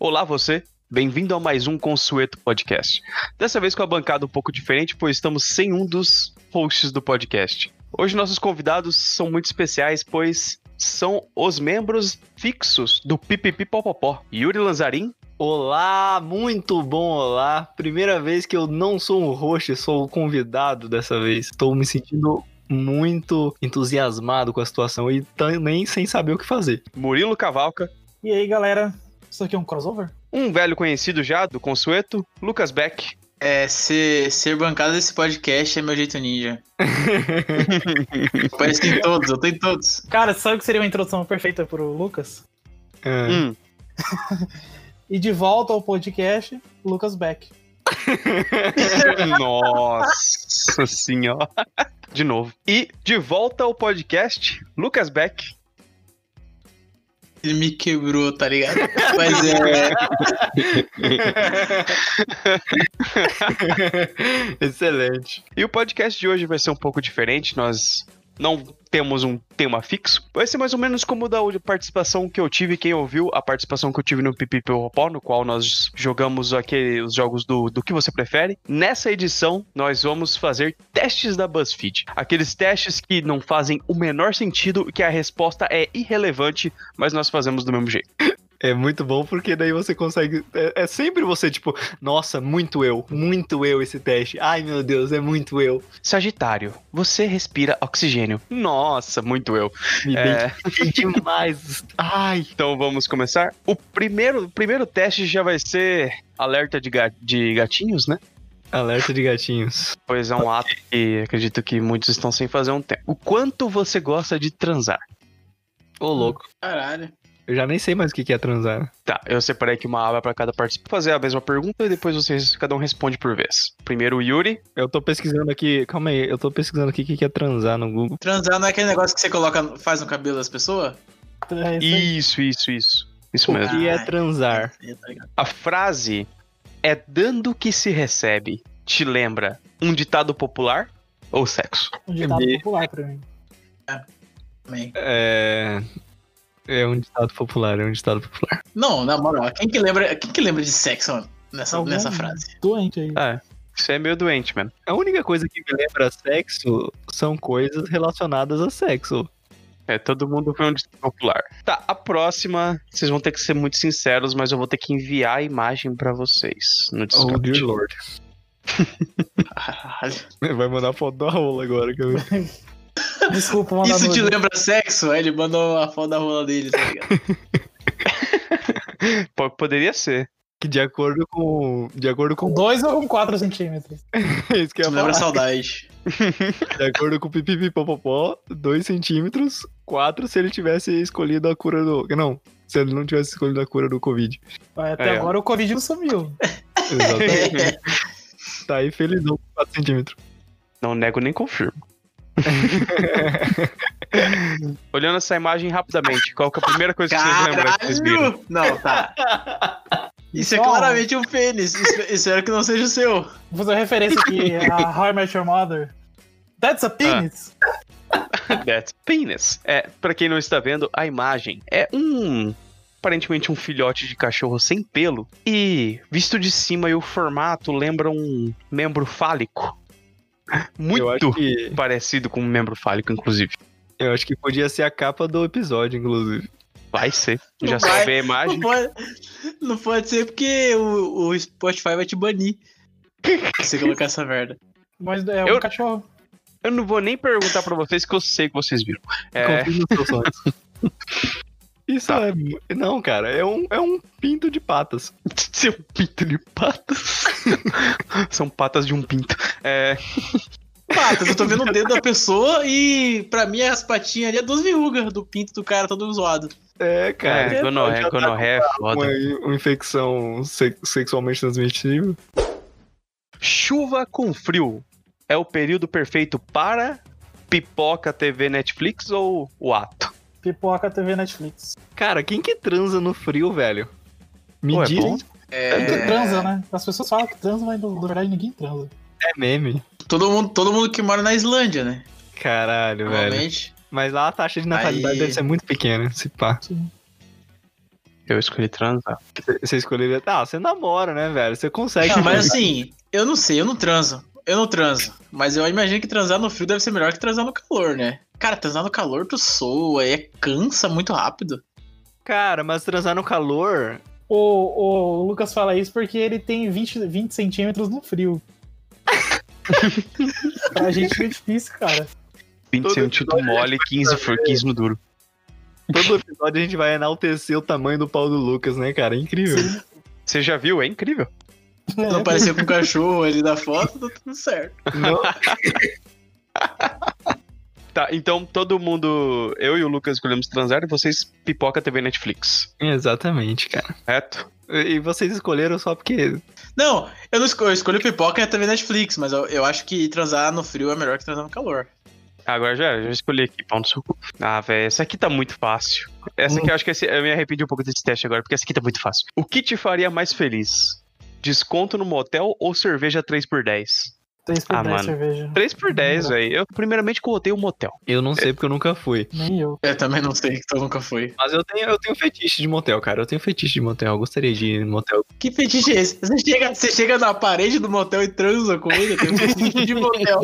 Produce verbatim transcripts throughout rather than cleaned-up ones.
Olá você, bem-vindo a mais um Consueto Podcast. Dessa vez com a bancada um pouco diferente, pois estamos sem um dos hosts do podcast. Hoje nossos convidados são muito especiais, pois são os membros fixos do Pipipipopopó. Yuri Lanzarin. Olá, muito bom, olá. Primeira vez que eu não sou um host, sou o convidado dessa vez. Estou me sentindo muito entusiasmado com a situação e também sem saber o que fazer. Murilo Cavalca. E aí, galera? Isso aqui é um crossover? Um velho conhecido já do Consueto, Lucas Beck. É, ser, ser bancada desse podcast é meu jeito ninja. Parece que em todos, eu tô em todos. Cara, sabe o que seria uma introdução perfeita pro Lucas? É. Hum. E de volta ao podcast, Lucas Beck. Nossa senhora. De novo. E de volta ao podcast, Lucas Beck. Ele me quebrou, tá ligado? Mas é... Excelente. E o podcast de hoje vai ser um pouco diferente, nós não temos um tema fixo. Vai ser mais ou menos como da participação que eu tive, quem ouviu a participação que eu tive no Pipipopopó, no qual nós jogamos aqui os jogos do, do que você prefere. Nessa edição, nós vamos fazer testes da BuzzFeed. Aqueles testes que não fazem o menor sentido, que a resposta é irrelevante, mas nós fazemos do mesmo jeito. É muito bom porque daí você consegue... É, é sempre você, tipo, nossa, muito eu, muito eu esse teste. Ai, meu Deus, é muito eu. Sagitário, você respira oxigênio. Nossa, muito eu. Me É... identifiquei demais. Ai. Então vamos começar? O primeiro, o primeiro teste já vai ser alerta de, ga- de gatinhos, né? Alerta de gatinhos. Pois é um ato que acredito que muitos estão sem fazer há um tempo. O quanto você gosta de transar? Ô, louco. Caralho. Eu já nem sei mais o que que é transar. Tá, eu separei aqui uma aba para cada participante fazer a mesma pergunta e depois vocês, cada um responde por vez. Primeiro o Yuri. Eu tô pesquisando aqui... Calma aí, eu tô pesquisando aqui o que que é transar no Google. Transar não é aquele negócio que você coloca, faz no cabelo das pessoas? É isso aí. Isso, isso, isso. Isso O mesmo. que é Ai. transar? Tá ligado? A frase é dando que se recebe. Te lembra um ditado popular ou sexo? Um ditado Me- popular pra mim. Também. É... É um ditado popular, é um ditado popular. Não, na moral, quem que lembra, quem que lembra de sexo nessa, Algum nessa frase? Doente aí. É, isso é meio doente, mano. A única coisa que me lembra sexo são coisas relacionadas a sexo. É, todo mundo foi um ditado popular. Tá, a próxima, vocês vão ter que ser muito sinceros, mas eu vou ter que enviar a imagem pra vocês no Oh, Discord. dear Lord. Caralho. Vai mandar foto da rola agora. Que eu... Desculpa, mandar Isso te nude. lembra sexo? Aí ele mandou a foto da rola dele, tá ligado? P- Poderia ser. Que de acordo com... De acordo Com com... dois ou com quatro centímetros? Isso que eu Te ia lembra falar. saudade. De acordo com o Pipipipopopó, dois centímetros, quatro se ele tivesse escolhido a cura do... Não, se ele não tivesse escolhido a cura do Covid. Vai, Até É. agora o Covid não sumiu. Exatamente. Tá aí felizão com quatro centímetros. Não nego nem confirmo. Olhando essa imagem rapidamente, qual que é a primeira coisa que vocês lembram que vocês viram? Caralho! Não, tá. Isso é Só- claramente um pênis. Isso- Espero que não seja o seu. Vou fazer uma referência aqui a How I Met Your Mother. That's a penis? That's penis. É, pra quem não está vendo, a imagem é um... aparentemente um filhote de cachorro sem pelo e visto de cima e o formato lembra um membro fálico. Eu Muito acho que... parecido com um membro fálico, inclusive. Eu acho que podia ser a capa do episódio, inclusive. Vai ser. Não Já vai. salvei a imagem. Não pode, não pode ser porque o, o Spotify vai te banir se você colocar essa merda. Mas é um Eu- cachorro. Eu não vou nem perguntar pra vocês, que eu sei que vocês viram. É, Confio nos seus sonhos. Isso Tá. é... Não, cara, é um, é um pinto de patas. seu pinto de patas. São patas de um pinto. É, Patas, eu tô vendo o dedo da pessoa e pra mim as patinhas ali é duas verrugas do pinto do cara todo zoado. É, cara. é gonorreia, já tá gonorreia é Uma, foda. uma infecção se- sexualmente transmissível. Chuva com frio é o período perfeito para pipoca, T V, Netflix ou o ato? Pipoca T V Netflix. Cara, quem que transa no frio, velho? Me Pô, é dizem bom? É que transa, né? As pessoas falam que transa, mas na verdade ninguém transa. é meme. Todo mundo, todo mundo que mora na Islândia, né? Caralho, velho. Normalmente. Mas lá a taxa de natalidade Aí- deve ser muito pequena, se pá. Sim. Eu escolhi transar. Você escolheria... Ah, você namora, né, velho? Você consegue. Não, mas assim, eu não sei, eu não transo. Eu não transo. Mas eu imagino que transar no frio deve ser melhor que transar no calor, né? Cara, transar no calor tu soa, é cansa muito rápido. Cara, mas transar no calor... O, o Lucas fala isso porque ele tem vinte, vinte centímetros no frio. Pra gente é difícil, cara. vinte centímetros mole e quinze, quinze no duro. Todo episódio a gente vai enaltecer o tamanho do pau do Lucas, né, cara? É incrível. Sim. Você já viu? É incrível. Não pareceu com um cachorro ali da foto, tá tudo certo. Não. Tá, então todo mundo... Eu e o Lucas escolhemos transar e vocês pipoca T V Netflix. Exatamente, cara. Correto? E vocês escolheram só porque... Não, eu não escolhi, eu escolhi pipoca e a T V Netflix, mas eu, eu acho que transar no frio é melhor que transar no calor. Agora já, já escolhi aqui, pau no seu cu. Ah, velho, essa aqui tá muito fácil. Essa aqui eu acho que esse, eu me arrependi um pouco desse teste agora, porque essa aqui tá muito fácil. O que te faria mais feliz? Desconto no motel ou cerveja três por dez? três por Ah, dez mano. cerveja. três por dez, velho. Eu primeiramente coloquei o motel. Eu não sei porque eu nunca fui. Nem eu. Eu também não sei, que tu nunca foi. Mas eu tenho, eu tenho fetiche de motel, cara. Eu tenho fetiche de motel. Eu gostaria de ir no motel. Que fetiche é esse? Você chega, você chega na parede do motel e transa com ele, tem um fetiche de motel.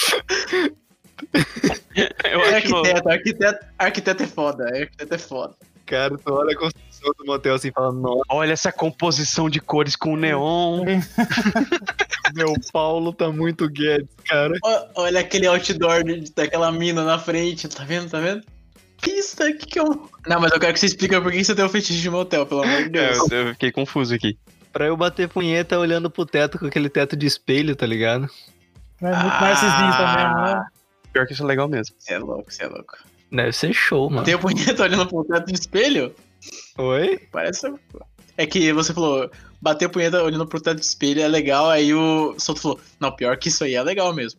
Eu É acho arquiteto, arquiteto, arquiteto é foda, arquiteto é foda. Cara, tu olha a construção do motel assim e fala, nossa, Olha essa composição de cores com neon. meu Paulo tá muito Guedes, cara. Ó, olha aquele outdoor de- daquela mina na frente, tá vendo, tá vendo? Que isso, que que é um... Não, mas eu quero que você explique por que você tem um fetiche de motel, pelo amor de É, Deus. eu, eu fiquei confuso aqui. Pra eu bater punheta olhando pro teto com aquele teto de espelho, tá ligado? É muito narcisista Ah. mesmo, né? Pior que isso é legal mesmo. Você é louco, você é louco. Deve ser show, mano. Tem o punheta olhando pro teto do espelho? Oi? Parece... É que você falou, bater punheta olhando pro teto do espelho é legal, aí o Souto falou, não, pior que isso aí é legal mesmo.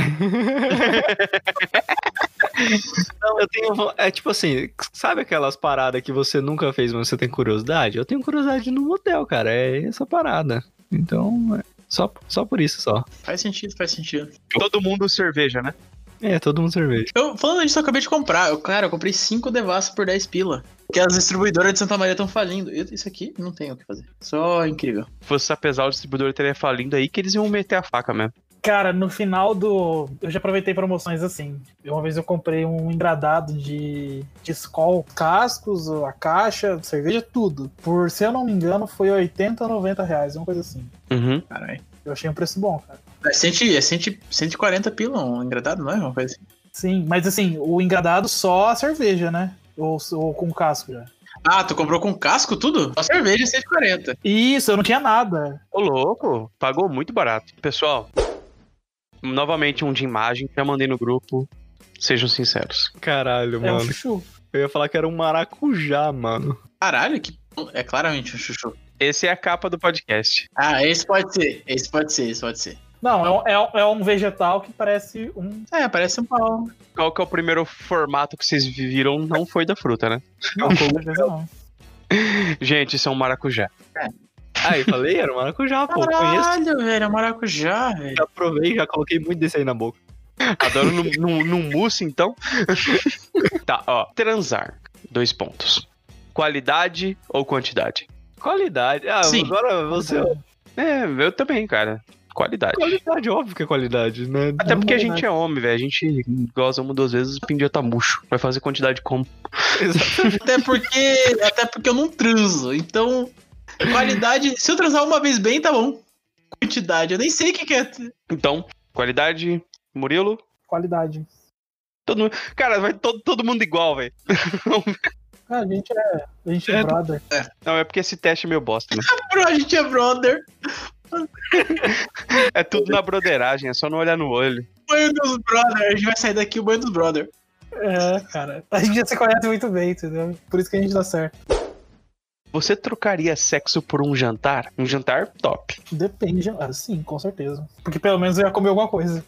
Não, eu tenho. vo- É tipo assim, sabe aquelas paradas que você nunca fez, mas você tem curiosidade? Eu tenho curiosidade no motel, cara. É essa parada. Então, é só, só por isso só. Faz sentido, faz sentido. Todo mundo cerveja, né? É, todo mundo cerveja. Eu, falando disso, eu acabei de comprar. Eu, cara, eu comprei cinco devassos por dez pila. Porque as distribuidoras de Santa Maria estão falindo. Eu- Isso aqui não tem o que fazer. Só incrível. Se fosse apesar o distribuidor teria falindo aí, que eles iam meter a faca mesmo. Cara, no final do. Eu já aproveitei promoções assim. Uma vez eu comprei um engradado de, de Skol, cascos, a caixa, cerveja, tudo. Por, se eu não me engano, foi oitenta ou noventa reais, uma coisa assim. Uhum. Caralho. Eu achei um preço bom, cara. É, cem, é cem, cento e quarenta pila um engradado, não é? Uma coisa assim. Sim, mas assim, o engradado só a cerveja, né? Ou, ou com casco já. Ah, tu comprou com casco tudo? Só cerveja cento e quarenta. Isso, eu não tinha nada. Ô, louco, pagou muito barato. Pessoal, novamente um de imagem, já mandei no grupo. Sejam sinceros. Caralho, É um mano. chuchu. Eu ia falar que era um maracujá, mano. Caralho, que... é claramente um chuchu. Esse é a capa do podcast. Ah, esse pode ser. Esse pode ser, esse pode ser. Não, é um, é um- é um vegetal que parece um. É, parece um pau. Qual que é o primeiro formato que vocês viram? Não foi da fruta, né? Não, com certeza não. Gente, isso é um maracujá. Ah, eu falei, era um maracujá, pô. Conheço. Caralho, velho, é maracujá, velho. Já provei, já coloquei muito desse aí na boca. Adoro num, num, num mousse, então. Tá, ó. Transar. Dois pontos. Qualidade ou quantidade? Qualidade. Ah, Sim. agora você. É, eu também, cara. Qualidade. Qualidade, óbvio que é qualidade, né? Até porque a Não, gente é homem, velho. A gente goza uma duas vezes, o pindia tá murcho. Vai fazer quantidade como? Exatamente. Até porque, até porque eu não transo. Então, qualidade. Se eu transar uma vez bem, tá bom. Quantidade, eu nem sei o que, que é. Então, qualidade, Murilo. Qualidade. Todo mundo... Cara, vai todo, todo mundo igual, velho. Ah, a gente é. A gente é, É, brother. Não, é porque esse teste é meio bosta, né? Bro, a gente é brother. É tudo na broderagem, é só não olhar no olho. Banho dos brother. A gente vai sair daqui o banho dos brother. É, cara. A gente já se conhece muito bem, entendeu? Por isso que a gente dá certo. Você trocaria sexo por um jantar? Um jantar top. Depende. Ah, sim, com certeza. Porque pelo menos eu ia comer alguma coisa.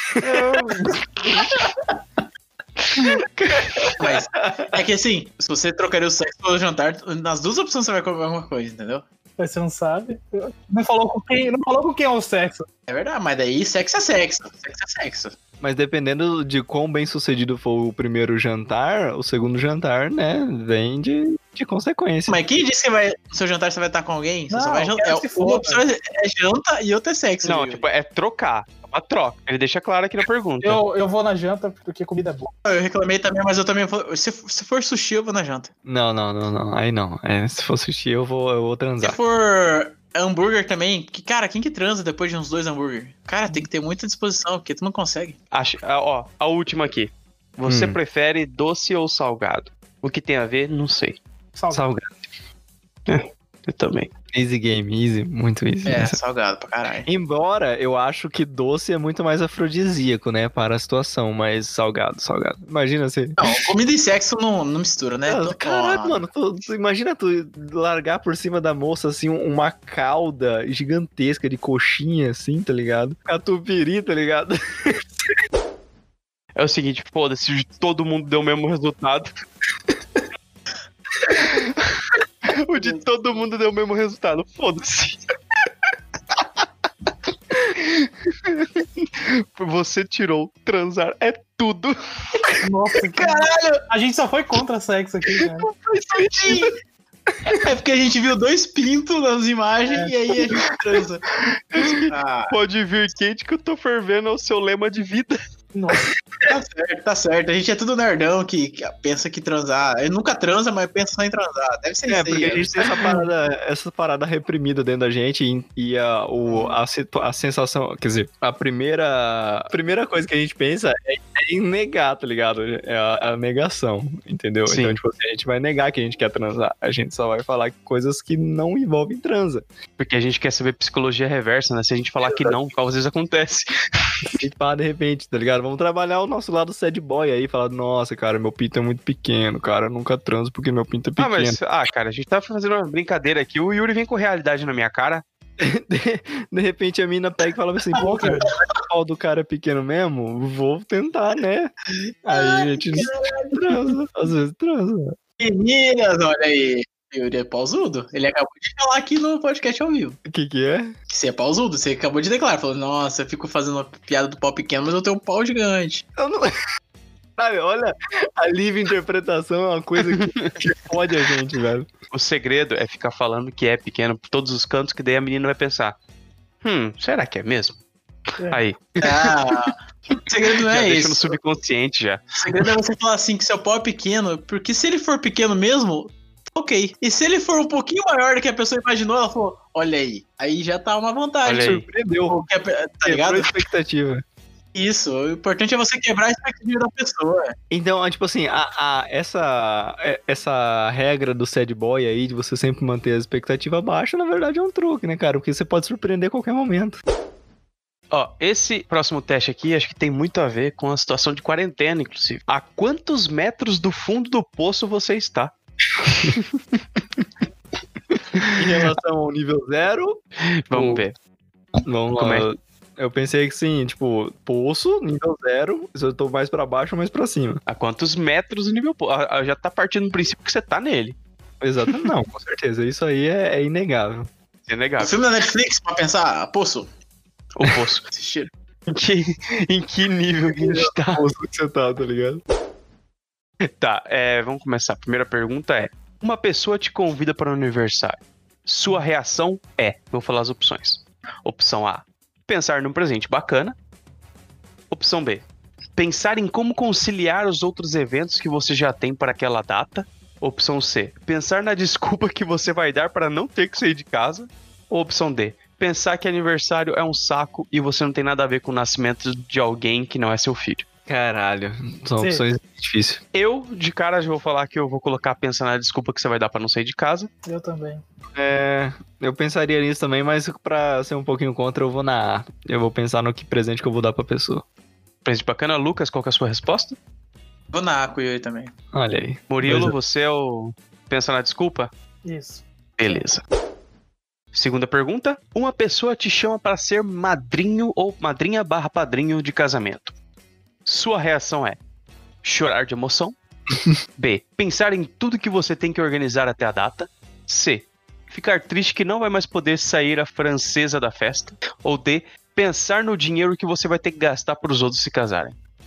Mas é que assim, se você trocaria o sexo pelo jantar, nas duas opções você vai comer alguma coisa, entendeu? Mas você não sabe. Não falou com quem, não falou com quem é o sexo. É verdade, mas daí sexo é sexo. Sexo é sexo. Mas dependendo de quão bem sucedido for o primeiro jantar, o segundo jantar, né, vem de de consequência. Mas quem disse que vai, no seu jantar você vai estar com alguém? Você Não, só vai jantar. É, quero que uma foda. opção é, é janta e outra é sexo. Não, viu? tipo, é trocar. É uma troca. Ele deixa claro aqui na pergunta. Eu, eu vou na janta porque comida é boa. Eu reclamei também, mas eu também vou. Se, se for sushi, eu vou na janta. Não, não, não, não. Aí não. É, se for sushi, eu vou, eu vou Se transar. for hambúrguer também, que, cara, quem que transa depois de uns dois hambúrguer? Cara, tem que ter muita disposição, porque tu não consegue. Acho, ah, ó, a última aqui. Você Hum. prefere doce ou salgado? O que tem a ver? Não sei. Salgado. Salgado. Eu também. Easy game, easy, muito easy. É, Essa- salgado pra caralho. Embora eu acho que doce é muito mais afrodisíaco, né, para a situação, mas salgado, salgado. Imagina você... Não, comida e sexo não, não mistura, né? Ah, Tô- Caraca, ó, mano, tu, tu imagina tu largar por cima da moça, assim, um- uma cauda gigantesca de coxinha, assim, tá ligado? Catupiry, tá ligado? É o seguinte, foda-se, todo mundo deu o mesmo resultado. O de todo mundo deu o mesmo resultado, foda-se. Você tirou transar é tudo. Nossa, caralho! A gente só foi contra sexo aqui, cara. É porque a gente viu dois pintos nas imagens e aí a gente transa. Ah, Pode vir quente que eu tô fervendo é o seu lema de vida. Nossa, tá certo, tá certo. A gente é tudo nerdão que, que pensa que transar. Ele nunca transa, mas pensa só em transar. Deve ser É, isso porque aí. a gente tem essa parada, essa parada reprimida dentro da gente e, e a, o, a, situ- a sensação, quer dizer, a primeira, a primeira coisa que a gente pensa é, é em negar, tá ligado? É a, a negação, entendeu? Sim. Então, tipo assim, a gente vai negar que a gente quer transar. A gente só vai falar coisas que não envolvem transa. Porque a gente quer saber psicologia reversa, né? Se a gente falar que não, às vezes acontece. E pá, de repente, tá ligado? Vamos trabalhar o nosso lado sad boy aí, falar, nossa, cara, meu pinto é muito pequeno, cara, eu nunca transo porque meu pinto é Ah, pequeno. mas, ah, cara, a gente tá fazendo uma brincadeira aqui. O Yuri vem com realidade na minha cara. De, de repente a mina pega e fala assim, pô, cara, o pau do cara é pequeno mesmo? Vou tentar, né? Aí a gente transa, às vezes transa. Meninas, olha aí. Yuri é pausudo. Ele acabou de falar aqui no podcast ao vivo. O que que é? Que você é pausudo. Você acabou de declarar. Falou, nossa, eu fico fazendo uma piada do pau pequeno, mas eu tenho um pau gigante. Eu não... Sabe, olha, a livre interpretação é uma coisa que, que fode a gente, velho. O segredo é ficar falando que é pequeno por todos os cantos, que daí a menina vai pensar: Hum, será que é mesmo? É. Aí, Ah, o segredo não já é deixa isso. no subconsciente já. O segredo é você falar assim que seu pau é pequeno, porque se ele for pequeno mesmo, ok. E se ele for um pouquinho maior do que a pessoa imaginou, ela falou, olha aí. Aí já tá uma vantagem. Olha aí. Surpreendeu, Porque a pe- Tá quebrou ligado? a expectativa. Isso. O importante é você quebrar a expectativa da pessoa. Então, é, tipo assim, a, a- essa, é- essa regra do sad boy aí, de você sempre manter a expectativa baixa, na verdade é um truque, né, cara? Porque você pode surpreender a qualquer momento. Ó, esse próximo teste aqui acho que tem muito a ver com a situação de quarentena, inclusive. A quantos metros do fundo do poço você está? Em relação ao nível zero, Vamos O- ver. vamos Como lá. Eu pensei que sim, tipo, poço, nível zero, se eu tô mais pra baixo ou mais pra cima. A quantos metros o nível poço? Ah, ah, já tá partindo do princípio que você tá nele. Exatamente, não, com certeza. Isso aí é, é inegável. É O negável. filme da Netflix, pra pensar, poço. O poço. Assistir. Em que, em que nível que a gente tá? Poço que você tá, tá ligado? Tá, é, vamos começar. A primeira pergunta é: uma pessoa te convida para um aniversário. Sua reação é, vou falar as opções. Opção A, pensar num presente bacana. Opção B, pensar em como conciliar os outros eventos que você já tem para aquela data. Opção C, pensar na desculpa que você vai dar para não ter que sair de casa. Ou opção D, pensar que aniversário é um saco e você não tem nada a ver com o nascimento de alguém que não é seu filho. Caralho, são Sim. opções difíceis. Eu, de cara, já vou falar que eu vou colocar pensar na desculpa que você vai dar pra não sair de casa. eu também. É, eu pensaria nisso também, mas pra ser um pouquinho contra, eu vou na A. Eu vou pensar no que presente que eu vou dar pra pessoa. Presente bacana. Lucas, qual que é a sua resposta? Vou na Aqua e também. Olha aí. Murilo, Pois você é o pensa na desculpa? Isso. Beleza. Segunda pergunta. Uma pessoa te chama para ser madrinho ou madrinha barra padrinho de casamento. Sua reação é chorar de emoção. B, pensar em tudo que você tem que organizar até a data. C, ficar triste que não vai mais poder sair a francesa da festa. Ou D, pensar no dinheiro que você vai ter que gastar para os outros se casarem.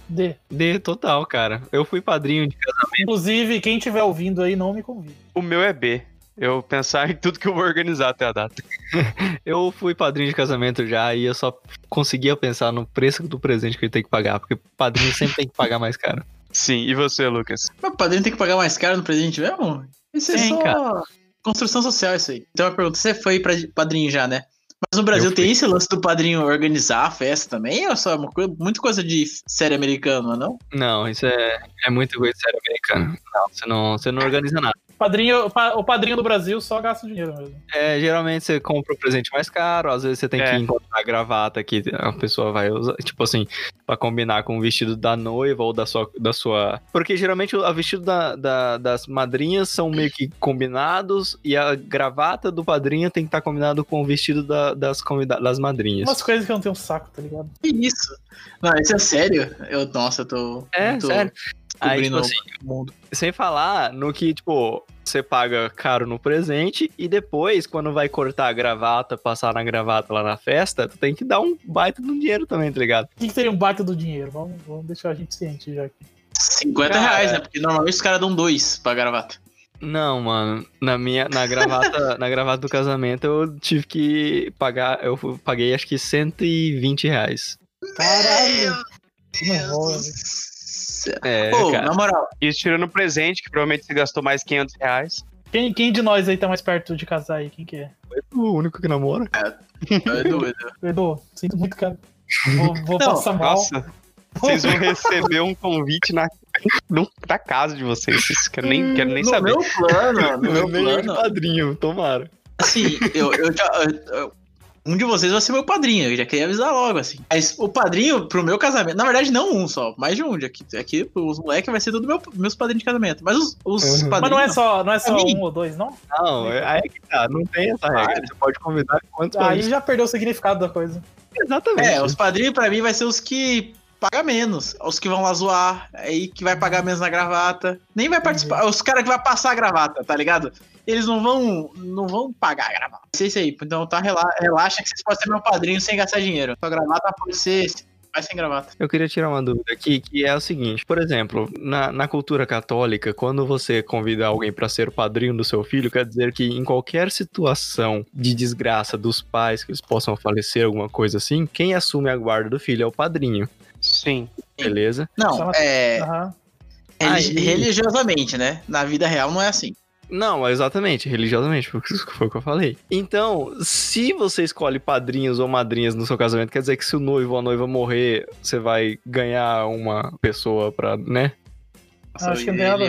D. D, total, cara. Eu fui padrinho de casamento. Inclusive, quem estiver ouvindo aí, não me convide. O meu é B. Eu pensar em tudo que eu vou organizar até a data. Eu fui padrinho de casamento já e eu só conseguia pensar no preço do presente que eu tenho que pagar, porque padrinho sempre tem que pagar mais caro. Sim, e você, Lucas? Mas o padrinho tem que pagar mais caro no presente mesmo? Isso é Sim, só cara. construção social, isso aí. Então eu pergunto, você foi pra padrinho já, né? Mas no Brasil Eu tem fui. esse lance do padrinho organizar a festa também? Ou é só uma coisa, muita coisa de série americana, não? Não, isso é, é muito coisa de série americana. Não, você não, você não organiza nada. Padrinho, pa- o padrinho do Brasil só gasta dinheiro mesmo. É, geralmente você compra o presente mais caro, às vezes você tem É. que encontrar a gravata que a pessoa vai usar, tipo assim, pra combinar com o vestido da noiva ou da sua. Da sua... Porque geralmente o vestido da, da- das madrinhas são meio que combinados e a gravata do padrinho tem que estar combinado com o vestido da- das, convida- das madrinhas. Umas coisas que eu não tenho saco, tá ligado? Que isso? Não, isso é sério? Eu, nossa, eu tô. É, muito sério. Aí, tipo descobrindo assim, o mundo. sem falar no que, tipo, você paga caro no presente e depois, quando vai cortar a gravata, passar na gravata lá na festa, tu tem que dar um baita no dinheiro também, tá ligado? O que, que seria um baita do dinheiro? Vamos, vamos deixar a gente ciente já aqui. cinquenta Cara. reais, né? Porque normalmente os caras dão dois pra gravata. Não, mano, na minha, na gravata, na gravata do casamento eu tive que pagar, eu fu- paguei acho que cento e vinte reais. Caralho! Não rola. É, Pô, cara. na moral, Isso tirando o presente, que provavelmente você gastou mais quinhentos reais. Quem, quem de nós aí tá mais perto de casar aí? Quem que é? O único que namora. é doido. Edu, sinto muito, cara. Vou, vou Não, passar mal. Nossa, vocês vão receber um convite na, no- na casa de vocês. Vocês quero nem, quero nem no saber. meu plano, no meu Nem plano, padrinho, tomara. assim, eu, eu já. eu- eu- um de vocês vai ser meu padrinho, eu já queria avisar logo, assim. Mas o padrinho pro meu casamento, na verdade, não um só, mais de um. Aqui, aqui os moleques vai ser tudo meu, meus padrinhos de casamento. Mas os, os Uhum. Mas padrinhos. não é só, não é só Pra mim. um ou dois, não? Não, é- aí é que tá, não tem essa regra. Você pode convidar quantos Aí padrinhos. já perdeu o significado da coisa. Exatamente. É, os padrinhos pra mim vai ser os que pagam menos. Os que vão lá zoar, aí que vai pagar menos na gravata. Nem vai participar. Os caras que vai passar a gravata, tá ligado? Eles não vão, não vão pagar a gravata. Não sei se aí. Então tá, rela- relaxa que vocês podem ser meu padrinho sem gastar dinheiro. Sua gravata pode ser. Vai sem gravata. Eu queria tirar uma dúvida aqui, que é o seguinte, por exemplo, na, na cultura católica, quando você convida alguém para ser o padrinho do seu filho, quer dizer que em qualquer situação de desgraça dos pais, que eles possam falecer, alguma coisa assim, quem assume a guarda do filho é o padrinho, Sim. beleza? Não, Só na- é. Aham. religi- Aí- religiosamente, né? Na vida real não é assim. Não, exatamente, religiosamente, foi o que foi o que eu falei. Então, se você escolhe padrinhos ou madrinhas no seu casamento, quer dizer que se o noivo ou a noiva morrer, você vai ganhar uma pessoa pra, né? Nossa, Acho que não ele tem nada a ver.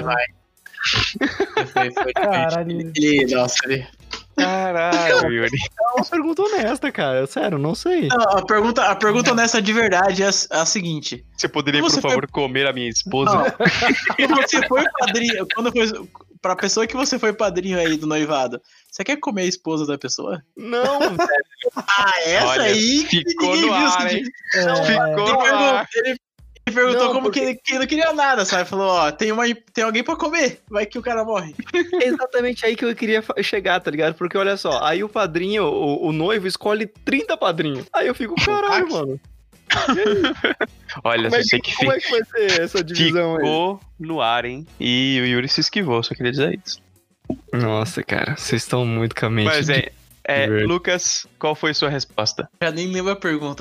vai. Foi, foi, Caralho. ele, nossa, ele... Caralho, Yuri. É uma pergunta honesta, cara, sério, não sei. Não, a pergunta, a pergunta honesta de verdade é a, é a seguinte. Você poderia, Você por favor, comer a minha esposa? Não, quando você foi padrinho, quando foi pra pessoa que você foi padrinho aí do noivado, você quer comer a esposa da pessoa? Não, Ah, essa Olha, aí que ficou ninguém no viu, ar, assim, hein? É, Ficou Ele no perguntou, ar. ele, ele perguntou Não, como porque- que, ele, que ele não queria nada, sabe? Falou, ó, tem, uma, tem alguém pra comer, vai que o cara morre. é exatamente aí que eu queria fa- chegar, tá ligado? Porque olha só, aí o padrinho, o, o noivo escolhe trinta padrinhos. Aí eu fico, caralho, mano. Olha, Como é, só sei que, que como é fi- que vai ser essa divisão aí? ficou no ar, hein? E o Yuri se esquivou, só queria dizer isso. Nossa, cara, vocês estão muito com a mente Mas de- é, é, Verdade. Lucas, qual foi sua resposta? Já nem lembro a pergunta.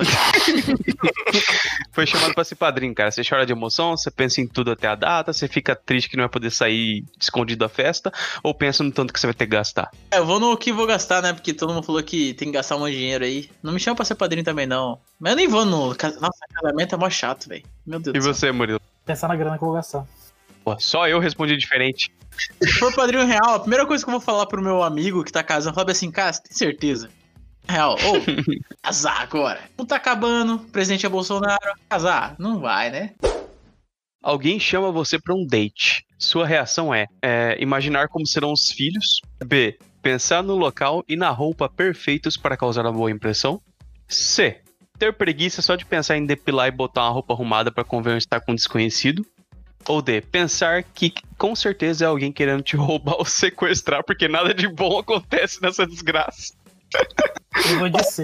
Foi chamado pra ser padrinho, cara. Você chora de emoção, você pensa em tudo até a data, você fica triste que não vai poder sair escondido da festa, ou pensa no tanto que você vai ter que gastar? É, eu vou no que vou gastar, né? Porque todo mundo falou que tem que gastar um monte de dinheiro aí. Não me chama pra ser padrinho também, não. Mas eu nem vou no... cas- Nossa, casamento é mó chato, velho. Meu Deus E do céu. você, Murilo? pensar na grana que eu vou gastar. Pô, só eu respondi diferente. Se for padrinho real, a primeira coisa que eu vou falar pro meu amigo que tá casando, eu falo assim, cara, você tem certeza? Real, ô, casar agora. Não tá acabando, presente é Bolsonaro. Casar? Não vai, né? Alguém chama você pra um date. Sua reação é, é imaginar como serão os filhos. B. Pensar no local e na roupa perfeitos para causar uma boa impressão. C. Ter preguiça só de pensar em depilar e botar uma roupa arrumada para conversar com um desconhecido. Ou D. Pensar que com certeza é alguém querendo te roubar ou sequestrar, porque nada de bom acontece nessa desgraça. Eu vou de C.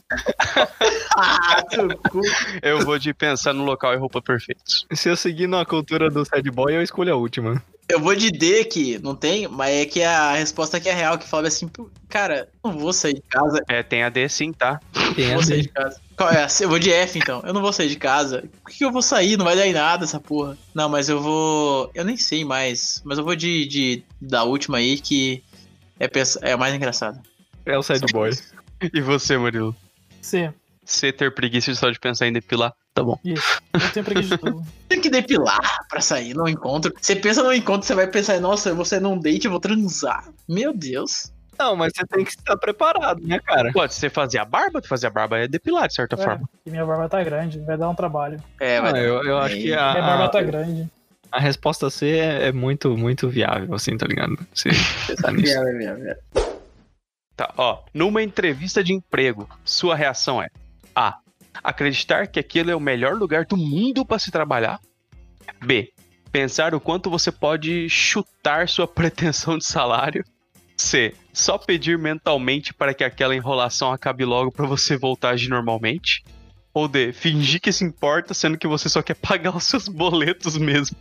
Ah, seu cu. Eu vou de pensar no local e roupa perfeitos. Se eu seguir na cultura do sad boy, eu escolho a última. Eu vou de D que não tem, mas é que a resposta aqui é real, que fala assim, "Pô, cara, não vou sair de casa, É, tem a D sim, tá? Tem não a vou sair D. de casa. Qual é? Eu vou de F então, eu não vou sair de casa. Por que eu vou sair? Não vai dar em nada essa porra. Não, mas eu vou, eu nem sei mais, mas eu vou de, de da última aí, que é, pensa- é a mais engraçada. É o sad boy. E você, Murilo? C. Você ter preguiça só de pensar em depilar? Tá bom. Isso. Eu tenho preguiça de tudo. Tem que depilar pra sair no encontro. Você pensa no encontro, você vai pensar, nossa, eu vou sair num date, eu vou transar. Meu Deus. Não, mas você tem que estar preparado, né, cara? Pode ser fazer a barba? Fazer a barba é depilar, de certa É, forma. e minha barba tá grande, vai dar um trabalho. É, Ah, vai. eu, eu acho que a, Minha barba a, tá grande. a resposta C é, é muito, muito viável, assim, tá ligado? Se pensar nisso. Viado, viado, viado. Tá, ó. Numa entrevista de emprego, sua reação é A. Acreditar que aquilo é o melhor lugar do mundo pra se trabalhar. B. Pensar o quanto você pode chutar sua pretensão de salário. C. Só pedir mentalmente para que aquela enrolação acabe logo pra você voltar a agir normalmente. Ou D. Fingir que se importa, sendo que você só quer pagar os seus boletos mesmo.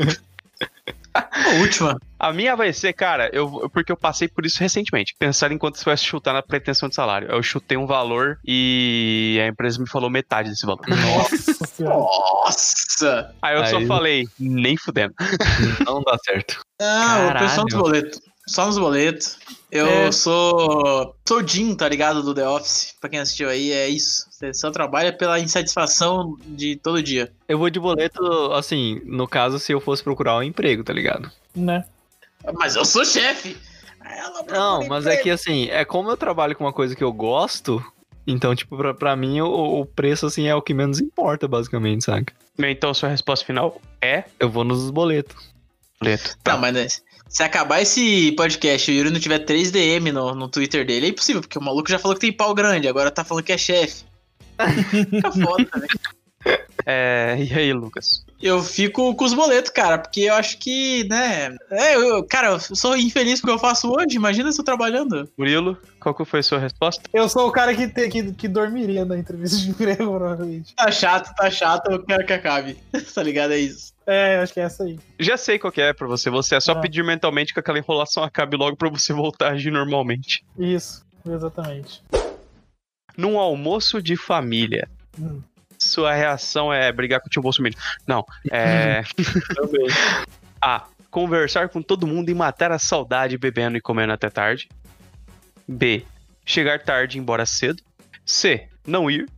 A última. A minha vai ser, cara, eu, porque eu passei por isso recentemente. Pensar em quanto você vai chutar na pretensão de salário. Eu chutei um valor e a empresa me falou metade desse valor. Nossa senhora. Nossa. Aí eu só Aí- falei, nem fudendo. Não dá certo. Não, eu penso só nos Caralho. boletos. Só nos boletos. Eu É. sou. Sou o Jim, tá ligado? Do The Office. Pra quem assistiu aí, é isso. Você só trabalha pela insatisfação de todo dia. Eu vou de boleto, assim, no caso, se eu fosse procurar um emprego, tá ligado? Né? Mas eu sou chefe. Ela Não, mas é que assim, é como eu trabalho com uma coisa que eu gosto, então, tipo, pra, pra mim o, o preço, assim, é o que menos importa, basicamente, saca? Então, sua resposta final é Eu vou nos boletos. boleto. Tá, mas né, se acabar esse podcast e o Yuri não tiver três D M no, no Twitter dele, é impossível, porque o maluco já falou que tem pau grande, agora tá falando que é chefe. Fica foda também. É, e aí, Lucas? Eu fico com os boletos, cara, porque eu acho que, né. É, eu, cara, eu sou infeliz porque eu faço hoje. Imagina se eu trabalhando. Murilo, qual que foi a sua resposta? Eu sou o cara que, te, que, que dormiria na entrevista de emprego, provavelmente. Tá chato, tá chato, eu quero que acabe. Tá ligado? É isso. É, eu acho que é essa aí. Já sei qual que é pra você. Você é só Ah. pedir mentalmente que aquela enrolação acabe logo pra você voltar a agir normalmente. Isso, exatamente. Num almoço de família, Hum. sua reação é brigar com o tio Bolsonaro. Não, é... A. Conversar com todo mundo e matar a saudade bebendo e comendo até tarde. B. Chegar tarde e ir embora cedo. C. Não ir.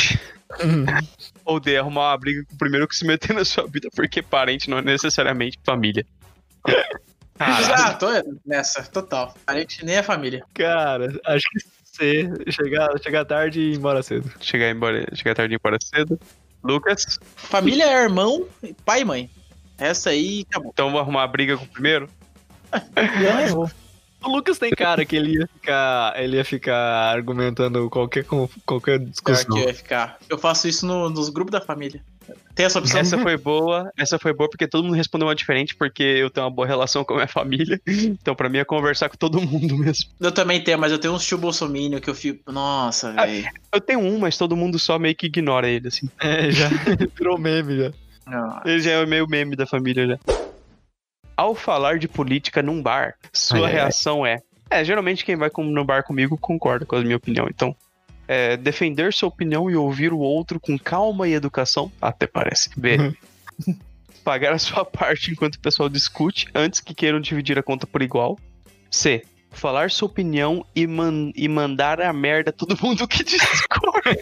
Ou D. Arrumar uma briga com o primeiro que se meter na sua vida, porque parente não é necessariamente família. Caralho. Ah, tô nessa, total. Parente nem é família. Cara, acho que C, chegar, chegar tarde e ir embora cedo. Chegar, embora, chegar tarde e ir embora cedo. Lucas. Família é irmão, pai e mãe. Essa aí acabou. Então vou arrumar a briga com o primeiro? Já levou. O Lucas tem cara que ele ia ficar, ele ia ficar argumentando qualquer, con- qualquer Pior discussão. que eu ia ficar. Eu faço isso no- nos grupos da família. Tem essa opção? Essa foi boa, essa foi boa porque todo mundo respondeu uma diferente, porque eu tenho uma boa relação com a minha família. Então pra mim é conversar com todo mundo mesmo. Eu também tenho, mas eu tenho uns tio bolsominion que eu fico. Nossa, velho. Eu tenho um, mas todo mundo só meio que ignora ele, assim. É, já virou meme já. Não. Ele já é meio meme da família já. Ao falar de política num bar, sua Ai, ai, reação é... É, geralmente quem vai com- no bar comigo concorda com a minha opinião. Então, é, defender sua opinião e ouvir o outro com calma e educação, até parece. B. Pagar a sua parte enquanto o pessoal discute, antes que queiram dividir a conta por igual. C. Falar sua opinião e, man- e mandar a merda todo mundo que discorda.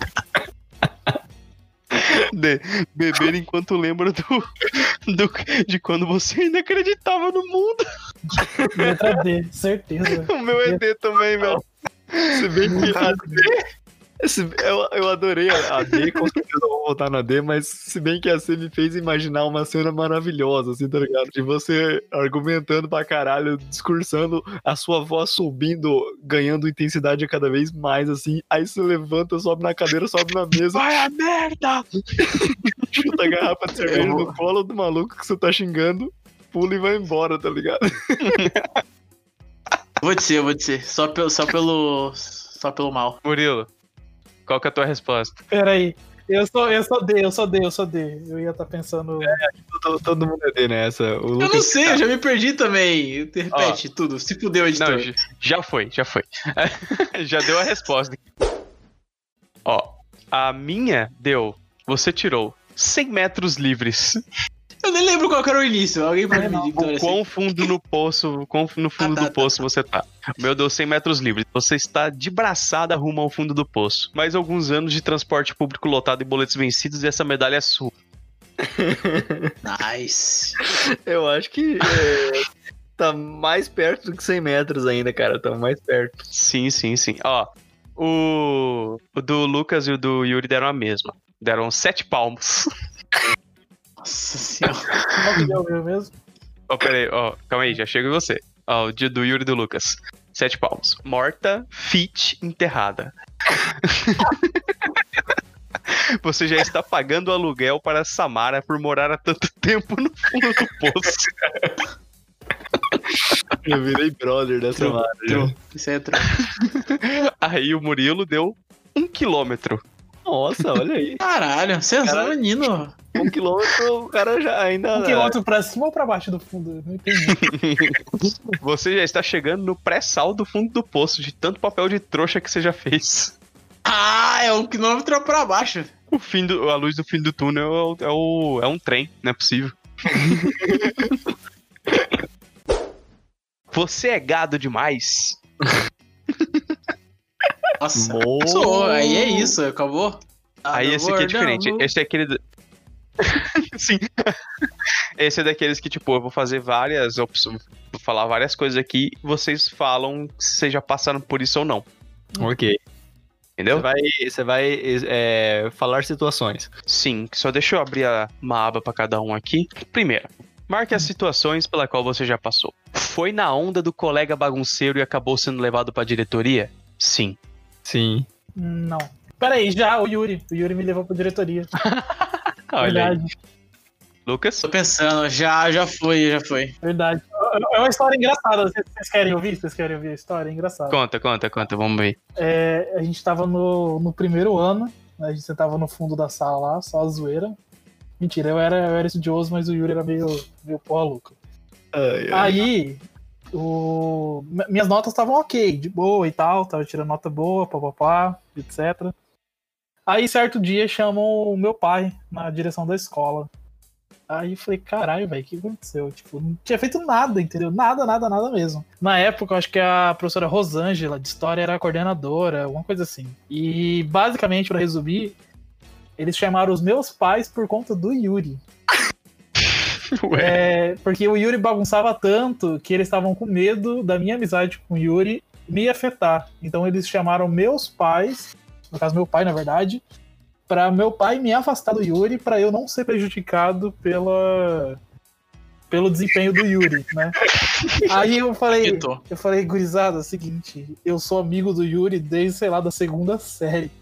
D. Beber enquanto lembra do, do- de quando você ainda acreditava no mundo. Letra D, certeza. O meu é D também, meu. Se bem que a D. se- eu, eu adorei a, a D, com certeza eu vou votar na D, mas se bem que a C me fez imaginar uma cena maravilhosa, assim, tá ligado? De você argumentando pra caralho, discursando, a sua voz subindo, ganhando intensidade cada vez mais, assim. Aí você levanta, sobe na cadeira, sobe na mesa, Vai a merda! chuta a garrafa de cerveja Eu vou- no colo do maluco que você tá xingando, pula e vai embora, tá ligado? Vou dizer, vou dizer. Só pelo, só pelo. Só pelo mal. Murilo, qual que é a tua resposta? Peraí. Eu sou, eu sou D, eu sou D, eu sou D. Eu ia estar pensando. É, todo, todo mundo é D nessa. O Eu Lucas não sei, tá- eu já me perdi também. Repete tudo. Se fudeu, editor. Não, j- já foi, já foi. Já deu a resposta. Ó, a minha deu, você tirou cem metros livres. Eu nem lembro qual que era o início. Alguém pode me dizer. O quão fundo no poço, o quão no fundo Ah, tá, do tá, poço tá. você tá. O meu deu cem metros livres. Você está de braçada rumo ao fundo do poço. Mais alguns anos de transporte público lotado e boletos vencidos e essa medalha é sua. Nice. Eu acho que é, tá mais perto do que cem metros ainda, cara. Tá mais perto. Sim, sim, sim. Ó, o, o do Lucas e o do Yuri deram a mesma. Deram sete palmos. Nossa senhora. Qual que deu o meu mesmo? Ó, peraí, ó, calma aí, já chega em você. Ó, o dia do Yuri e do Lucas. Sete palmos. Morta, fit, enterrada. Você já está pagando o aluguel para Samara por morar há tanto tempo no fundo do poço. Eu virei brother dessa True, mara. true. Isso aí é true. Aí o Murilo deu um quilômetro. Nossa, olha aí. Caralho, você é Caralho. um menino. Um quilômetro, o cara já ainda. Um quilômetro pra cima ou pra baixo do fundo? Eu não entendi. Você já está chegando no pré-sal do fundo do poço, de tanto papel de trouxa que você já fez. Ah, é um quilômetro pra baixo. O fim do, a luz do fim do túnel é, o, é, o, é um trem, não é possível. Você é gado demais? Nossa. Mo- Sou, aí é isso, acabou. Ah, Aí meu esse aqui é gordão. diferente. Esse é aquele. Sim. Esse é daqueles que, tipo, eu vou fazer várias opções. Vou falar várias coisas aqui e vocês falam se vocês já passaram por isso ou não. Ok. Entendeu? Você vai, você vai é, falar situações. Sim, só deixa eu abrir a- uma aba pra cada um aqui. Primeiro, marque as situações pela qual você já passou. Foi na onda do colega bagunceiro e acabou sendo levado pra diretoria? Sim. Sim. Não. Peraí, já, o Yuri. O Yuri me levou pra diretoria. Olha aí. Verdade, Lucas? Tô pensando, já, já foi, já foi. verdade. É uma história engraçada. Vocês vocês querem ouvir? Vocês querem ouvir a história? É engraçada. Conta, conta, conta, vamos ver. É, a gente tava no, no primeiro ano, né, a gente sentava no fundo da sala lá, só a zoeira. Mentira, eu era, eu era estudioso, mas o Yuri era meio, meio porra louca. Ai, ai. Aí, o... mi- minhas notas estavam ok, de boa e tal, tava tirando nota boa, papapá, etcétera. Aí, certo dia, chamam o meu pai na direção da escola. Aí eu falei, caralho, velho, o que aconteceu? Tipo, não tinha feito nada, entendeu? Nada, nada, nada mesmo. Na época, eu acho que a professora Rosângela, de história, era a coordenadora, alguma coisa assim. E, basicamente, pra resumir, eles chamaram os meus pais por conta do Yuri. Ué. É, porque o Yuri bagunçava tanto que eles estavam com medo da minha amizade com o Yuri me afetar. Então eles chamaram meus pais, no caso meu pai na verdade, pra meu pai me afastar do Yuri pra eu não ser prejudicado pela pelo desempenho do Yuri, né? Aí eu falei, Acreditou. eu falei, gurizada, é o seguinte, eu sou amigo do Yuri desde, sei lá, da segunda série.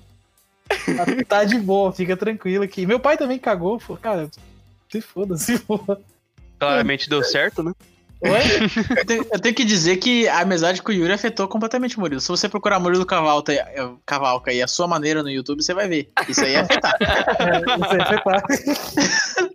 Tá de boa, fica tranquilo aqui. Meu pai também cagou, falou, cara, se foda, se foda. Claramente deu certo, né? Oi? Eu tenho, eu tenho que dizer que a amizade com o Yuri afetou completamente o Murilo. Se você procurar Murilo Cavalca, Cavalca e a sua maneira no YouTube, você vai ver. Isso aí é afetar. É, não sei, você tá.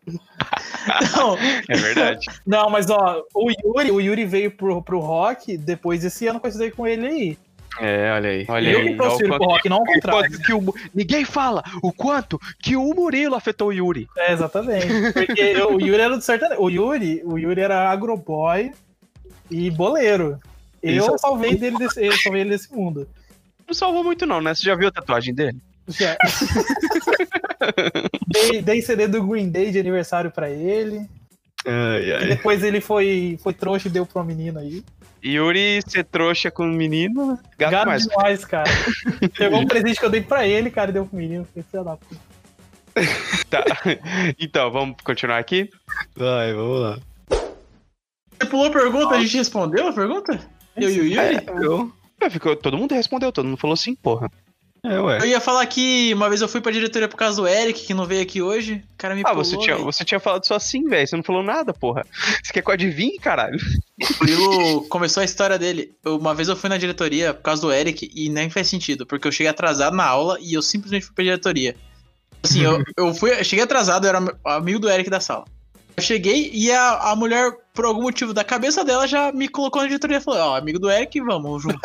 Não, É verdade. Não, mas ó, o Yuri, o Yuri veio pro, pro rock depois desse ano que eu estudei com ele aí. É, olha aí. Olha eu aí. que trouxe o Yuri Olha pro o rock, não o quanto contrário. que o- Ninguém fala o quanto que o Murilo afetou o Yuri. É, exatamente. Porque eu- o Yuri era do sertanejo. O Yuri, o Yuri era agroboy e boleiro. Eu Isso. salvei, dele desse, eu salvei ele desse mundo. Não salvou muito não, né? Você já viu a tatuagem dele? Já. dei, dei C D do Green Day de aniversário pra ele. Ai, E ai. depois ele foi, foi trouxa e deu pra uma menina aí. Yuri ser trouxa com o menino, gato, Gato mais. demais, cara. Pegou um presente que eu dei pra ele, cara, e deu pro menino. Falei, filha da puta. Tá. Então, vamos continuar aqui? Vai, vamos lá. você pulou a pergunta, a gente respondeu a pergunta? Eu e o Yuri? Eu? Ah, ficou, todo mundo respondeu, todo mundo falou sim, porra. É, ué. Eu ia falar que uma vez eu fui pra diretoria por causa do Eric, que não veio aqui hoje. O cara me Ah, pulou, você tinha, véio. você tinha falado só assim, velho. Você não falou nada, porra. Você quer que eu adivinhe, caralho? O Murilo começou a história dele. Eu- uma vez eu fui na diretoria por causa do Eric e nem faz sentido, porque eu cheguei atrasado na aula e eu simplesmente fui pra diretoria. Assim, eu, eu, fui, eu cheguei atrasado, eu era amigo do Eric da sala. Eu cheguei e a, a mulher, por algum motivo da cabeça dela, já me colocou na diretoria e falou: Ó, amigo do Eric, vamos junto.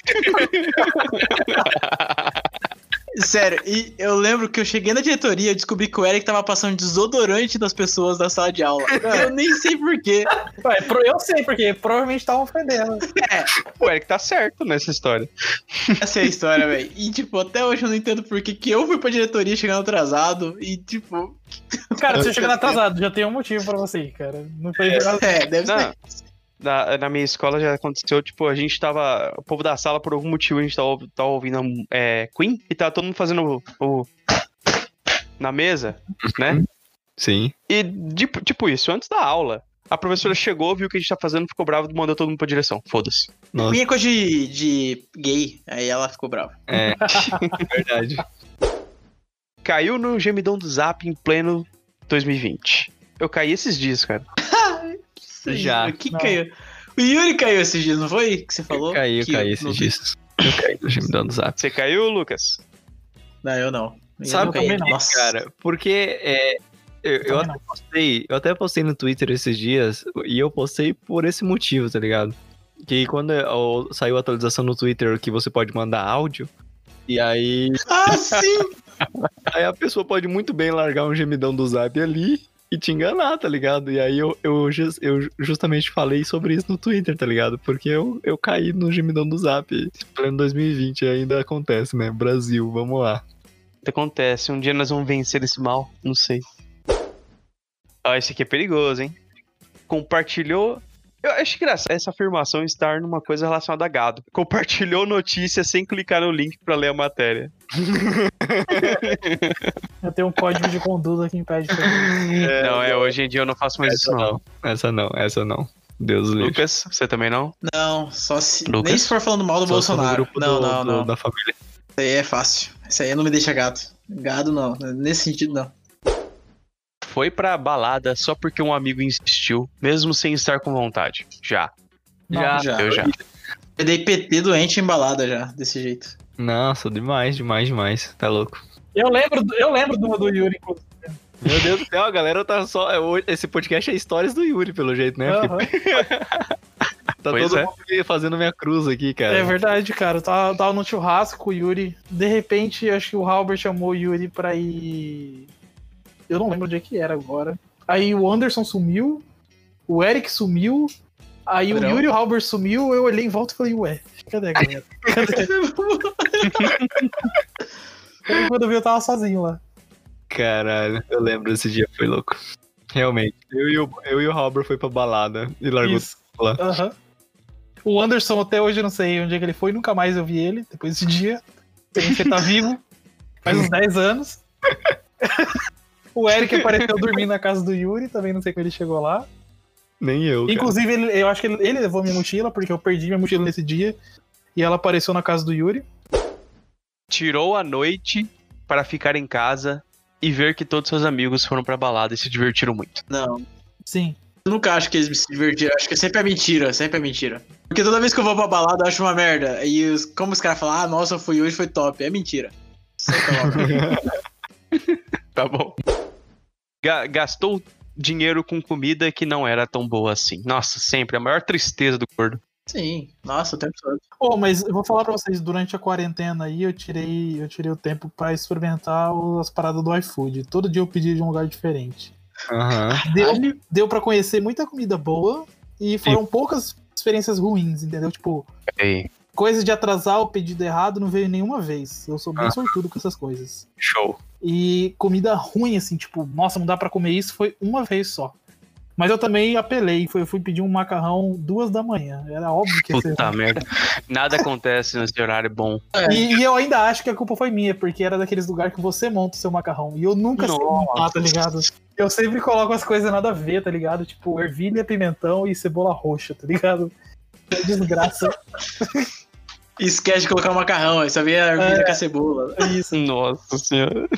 Sério, e eu lembro que eu cheguei na diretoria e descobri que o Eric tava passando desodorante das pessoas da sala de aula. Eu nem sei porquê. Ué, pro- eu sei, porque provavelmente tava ofendendo. O Eric tá certo nessa história. Essa é a história, velho. E, tipo, até hoje eu não entendo por que que eu fui pra diretoria chegando atrasado e, tipo... Cara, você chegando atrasado, já tem um motivo pra você ir, cara. Não foi nada. É, deve Não. ser. Na, na minha escola já aconteceu, tipo, a gente tava. O povo da sala, por algum motivo, a gente tava, tava ouvindo é, Queen e tava todo mundo fazendo o. o- na mesa, né? Sim. E, tipo, tipo isso, antes da aula, a professora chegou, viu o que a gente tá fazendo, ficou brava e mandou todo mundo pra direção. Foda-se. Nossa, Minha coisa de, de gay, aí ela ficou brava. é. Verdade. Caiu no gemidão do Zap em pleno dois mil e vinte. Eu caí esses dias, cara. Já. Que Não. caiu? O Yuri caiu esses dias, não foi? Que você falou? Caiu, que caiu eu- esses não- dias. Eu caí no time dando zap. Você caiu, Lucas? Não, eu não. Eu Sabe não caí. também não. Nossa. Cara, porque é, eu, eu Também até não. postei, eu até postei no Twitter esses dias, e eu postei por esse motivo, tá ligado? Que quando eu- saiu a atualização no Twitter que você pode mandar áudio, e aí, Ah, sim! aí a pessoa pode muito bem largar um gemidão do zap ali e te enganar, tá ligado? E aí eu, eu, jus- eu justamente falei sobre isso no Twitter, tá ligado? Porque eu, eu caí no gemidão do zap. Em pleno dois mil e vinte ainda acontece, né? Brasil, vamos lá. O que acontece? Um dia nós vamos vencer esse mal? Não sei. Ah, esse aqui é perigoso, hein? Compartilhou. Eu acho engraçado essa afirmação estar numa coisa relacionada a gado. Compartilhou notícia sem clicar no link pra ler a matéria. Eu tenho um código de conduta que impede de fazer isso. não, é, hoje em dia eu não faço mais isso, Essa não. não, essa não, essa não. Deus livre. Lucas, você também não? Não, só se. Lucas? Nem se for falando mal do Só- só no Bolsonaro. grupo Não, do- não, do- não. Da família. Isso aí é fácil. Isso aí não me deixa gado. Gado não. Nesse sentido, não. Foi pra balada só porque um amigo insistiu, mesmo sem estar com vontade. Já. Não, Já. Já. Eu já. Eu dei P T doente embalada já, desse jeito. Nossa, demais, demais, demais. Tá louco. Eu lembro, do- eu lembro do, do Yuri, inclusive. Meu Deus do céu, a galera tá só. é, hoje- Esse podcast é histórias do Yuri, pelo jeito, né? Aham. Tá Pois todo é. mundo fazendo minha cruz aqui, cara. É verdade, cara. Eu tava, tava no churrasco com o Yuri. De repente, acho que o Halber chamou o Yuri pra ir. Eu não lembro onde é que era agora. Aí o Anderson sumiu, o Eric sumiu, aí Padrão. o Yuri e o Halber sumiu. Eu olhei em volta e falei, ué, cadê a galera? Cadê? Aí quando eu vi, eu tava sozinho lá. Caralho, eu lembro desse dia, foi louco. Realmente. Eu e o, eu e o Halber foi pra balada e largou Isso. tudo lá. Aham. O Anderson, até hoje, eu não sei onde é que ele foi, nunca mais eu vi ele depois desse dia. Sei que ele tá vivo, faz uns dez anos. O Eric apareceu dormindo na casa do Yuri, também não sei como ele chegou lá. Nem eu, cara. Inclusive, ele- eu acho que ele, ele levou minha mochila, porque eu perdi minha mochila nesse dia. E ela apareceu na casa do Yuri. Tirou a noite para ficar em casa e ver que todos seus amigos foram pra balada e se divertiram muito. Não. Sim. Eu nunca acho que eles se divertiram. Acho que sempre é mentira, sempre é mentira. Porque toda vez que eu vou pra balada, eu acho uma merda. E os, como os caras falam, ah, nossa, eu fui hoje, foi top. É mentira. Sempre é uma merda. Tá bom. Ga- gastou dinheiro com comida que não era tão boa assim. Nossa, sempre. A maior tristeza do gordo. Sim, nossa, o tempo todo. Oh, mas eu vou falar pra vocês, durante a quarentena aí, eu tirei, eu tirei o tempo pra experimentar o- as paradas do iFood. Todo dia eu pedi de um lugar diferente. Aham. Deu, deu pra conhecer muita comida boa e foram poucas experiências ruins, entendeu? Tipo, Aí. coisa de atrasar o pedido errado não veio nenhuma vez. Eu sou bem Ah. sortudo com essas coisas. Show. E comida ruim, assim, tipo, nossa, não dá pra comer isso, foi uma vez só. Mas eu também apelei, foi- eu fui pedir um macarrão duas da manhã. Era óbvio que ia ser Puta ruim. merda. Nada acontece nesse horário bom. E, e eu ainda acho que a culpa foi minha, porque era daqueles lugares que você monta o seu macarrão. E eu nunca sei Nossa. montar, tá ligado? Eu sempre coloco as coisas nada a ver, tá ligado? Tipo, ervilha, pimentão e cebola roxa, tá ligado? É desgraça. Esquece de colocar o macarrão, aí só vem a ervilha É. com a cebola. É isso. Nossa senhora.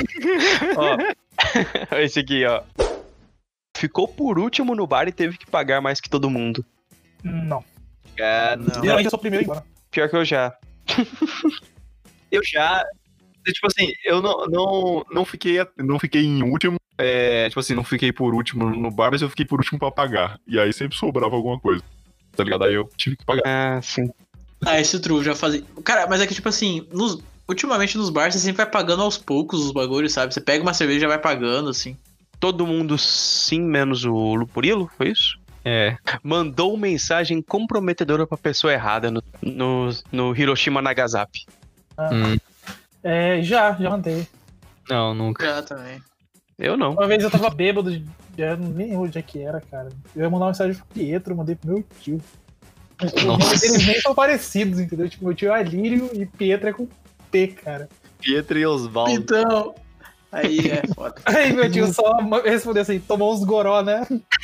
Ó, esse aqui, ó. Ficou por último no bar e teve que pagar mais que todo mundo. Não. Ah, não. Geralmente eu sou o primeiro embora. Pior que eu já. Eu já. Tipo assim, eu não, não, não, fiquei, não fiquei em último. É, tipo assim, não fiquei por último no bar, mas eu fiquei por último pra pagar. E aí sempre sobrava alguma coisa. Tá ligado? Aí eu tive que pagar. Ah, sim. Ah, esse true, já fazia. Cara, mas é que, tipo assim, nos... ultimamente nos bares você sempre vai pagando aos poucos os bagulhos, sabe? Você pega uma cerveja e já vai pagando, assim. Todo mundo sim, menos o Lupurilo, foi isso? É. Mandou mensagem comprometedora pra pessoa errada no, no, no Hiroshima Nagasaki. Hum, É, já, já mandei. não, nunca. Já também. Eu não. Uma vez eu tava bêbado, de- eu nem lembro onde é que era, cara. Eu ia mandar uma mensagem pro Pietro, eu mandei pro meu tio. Nossa. Eles nem são parecidos, entendeu? Tipo, meu tio é Alírio e Pietro é com P, cara. Pietro e Osvaldo. Então. Aí é foda. Aí meu tio só respondeu assim, tomou uns goró, né?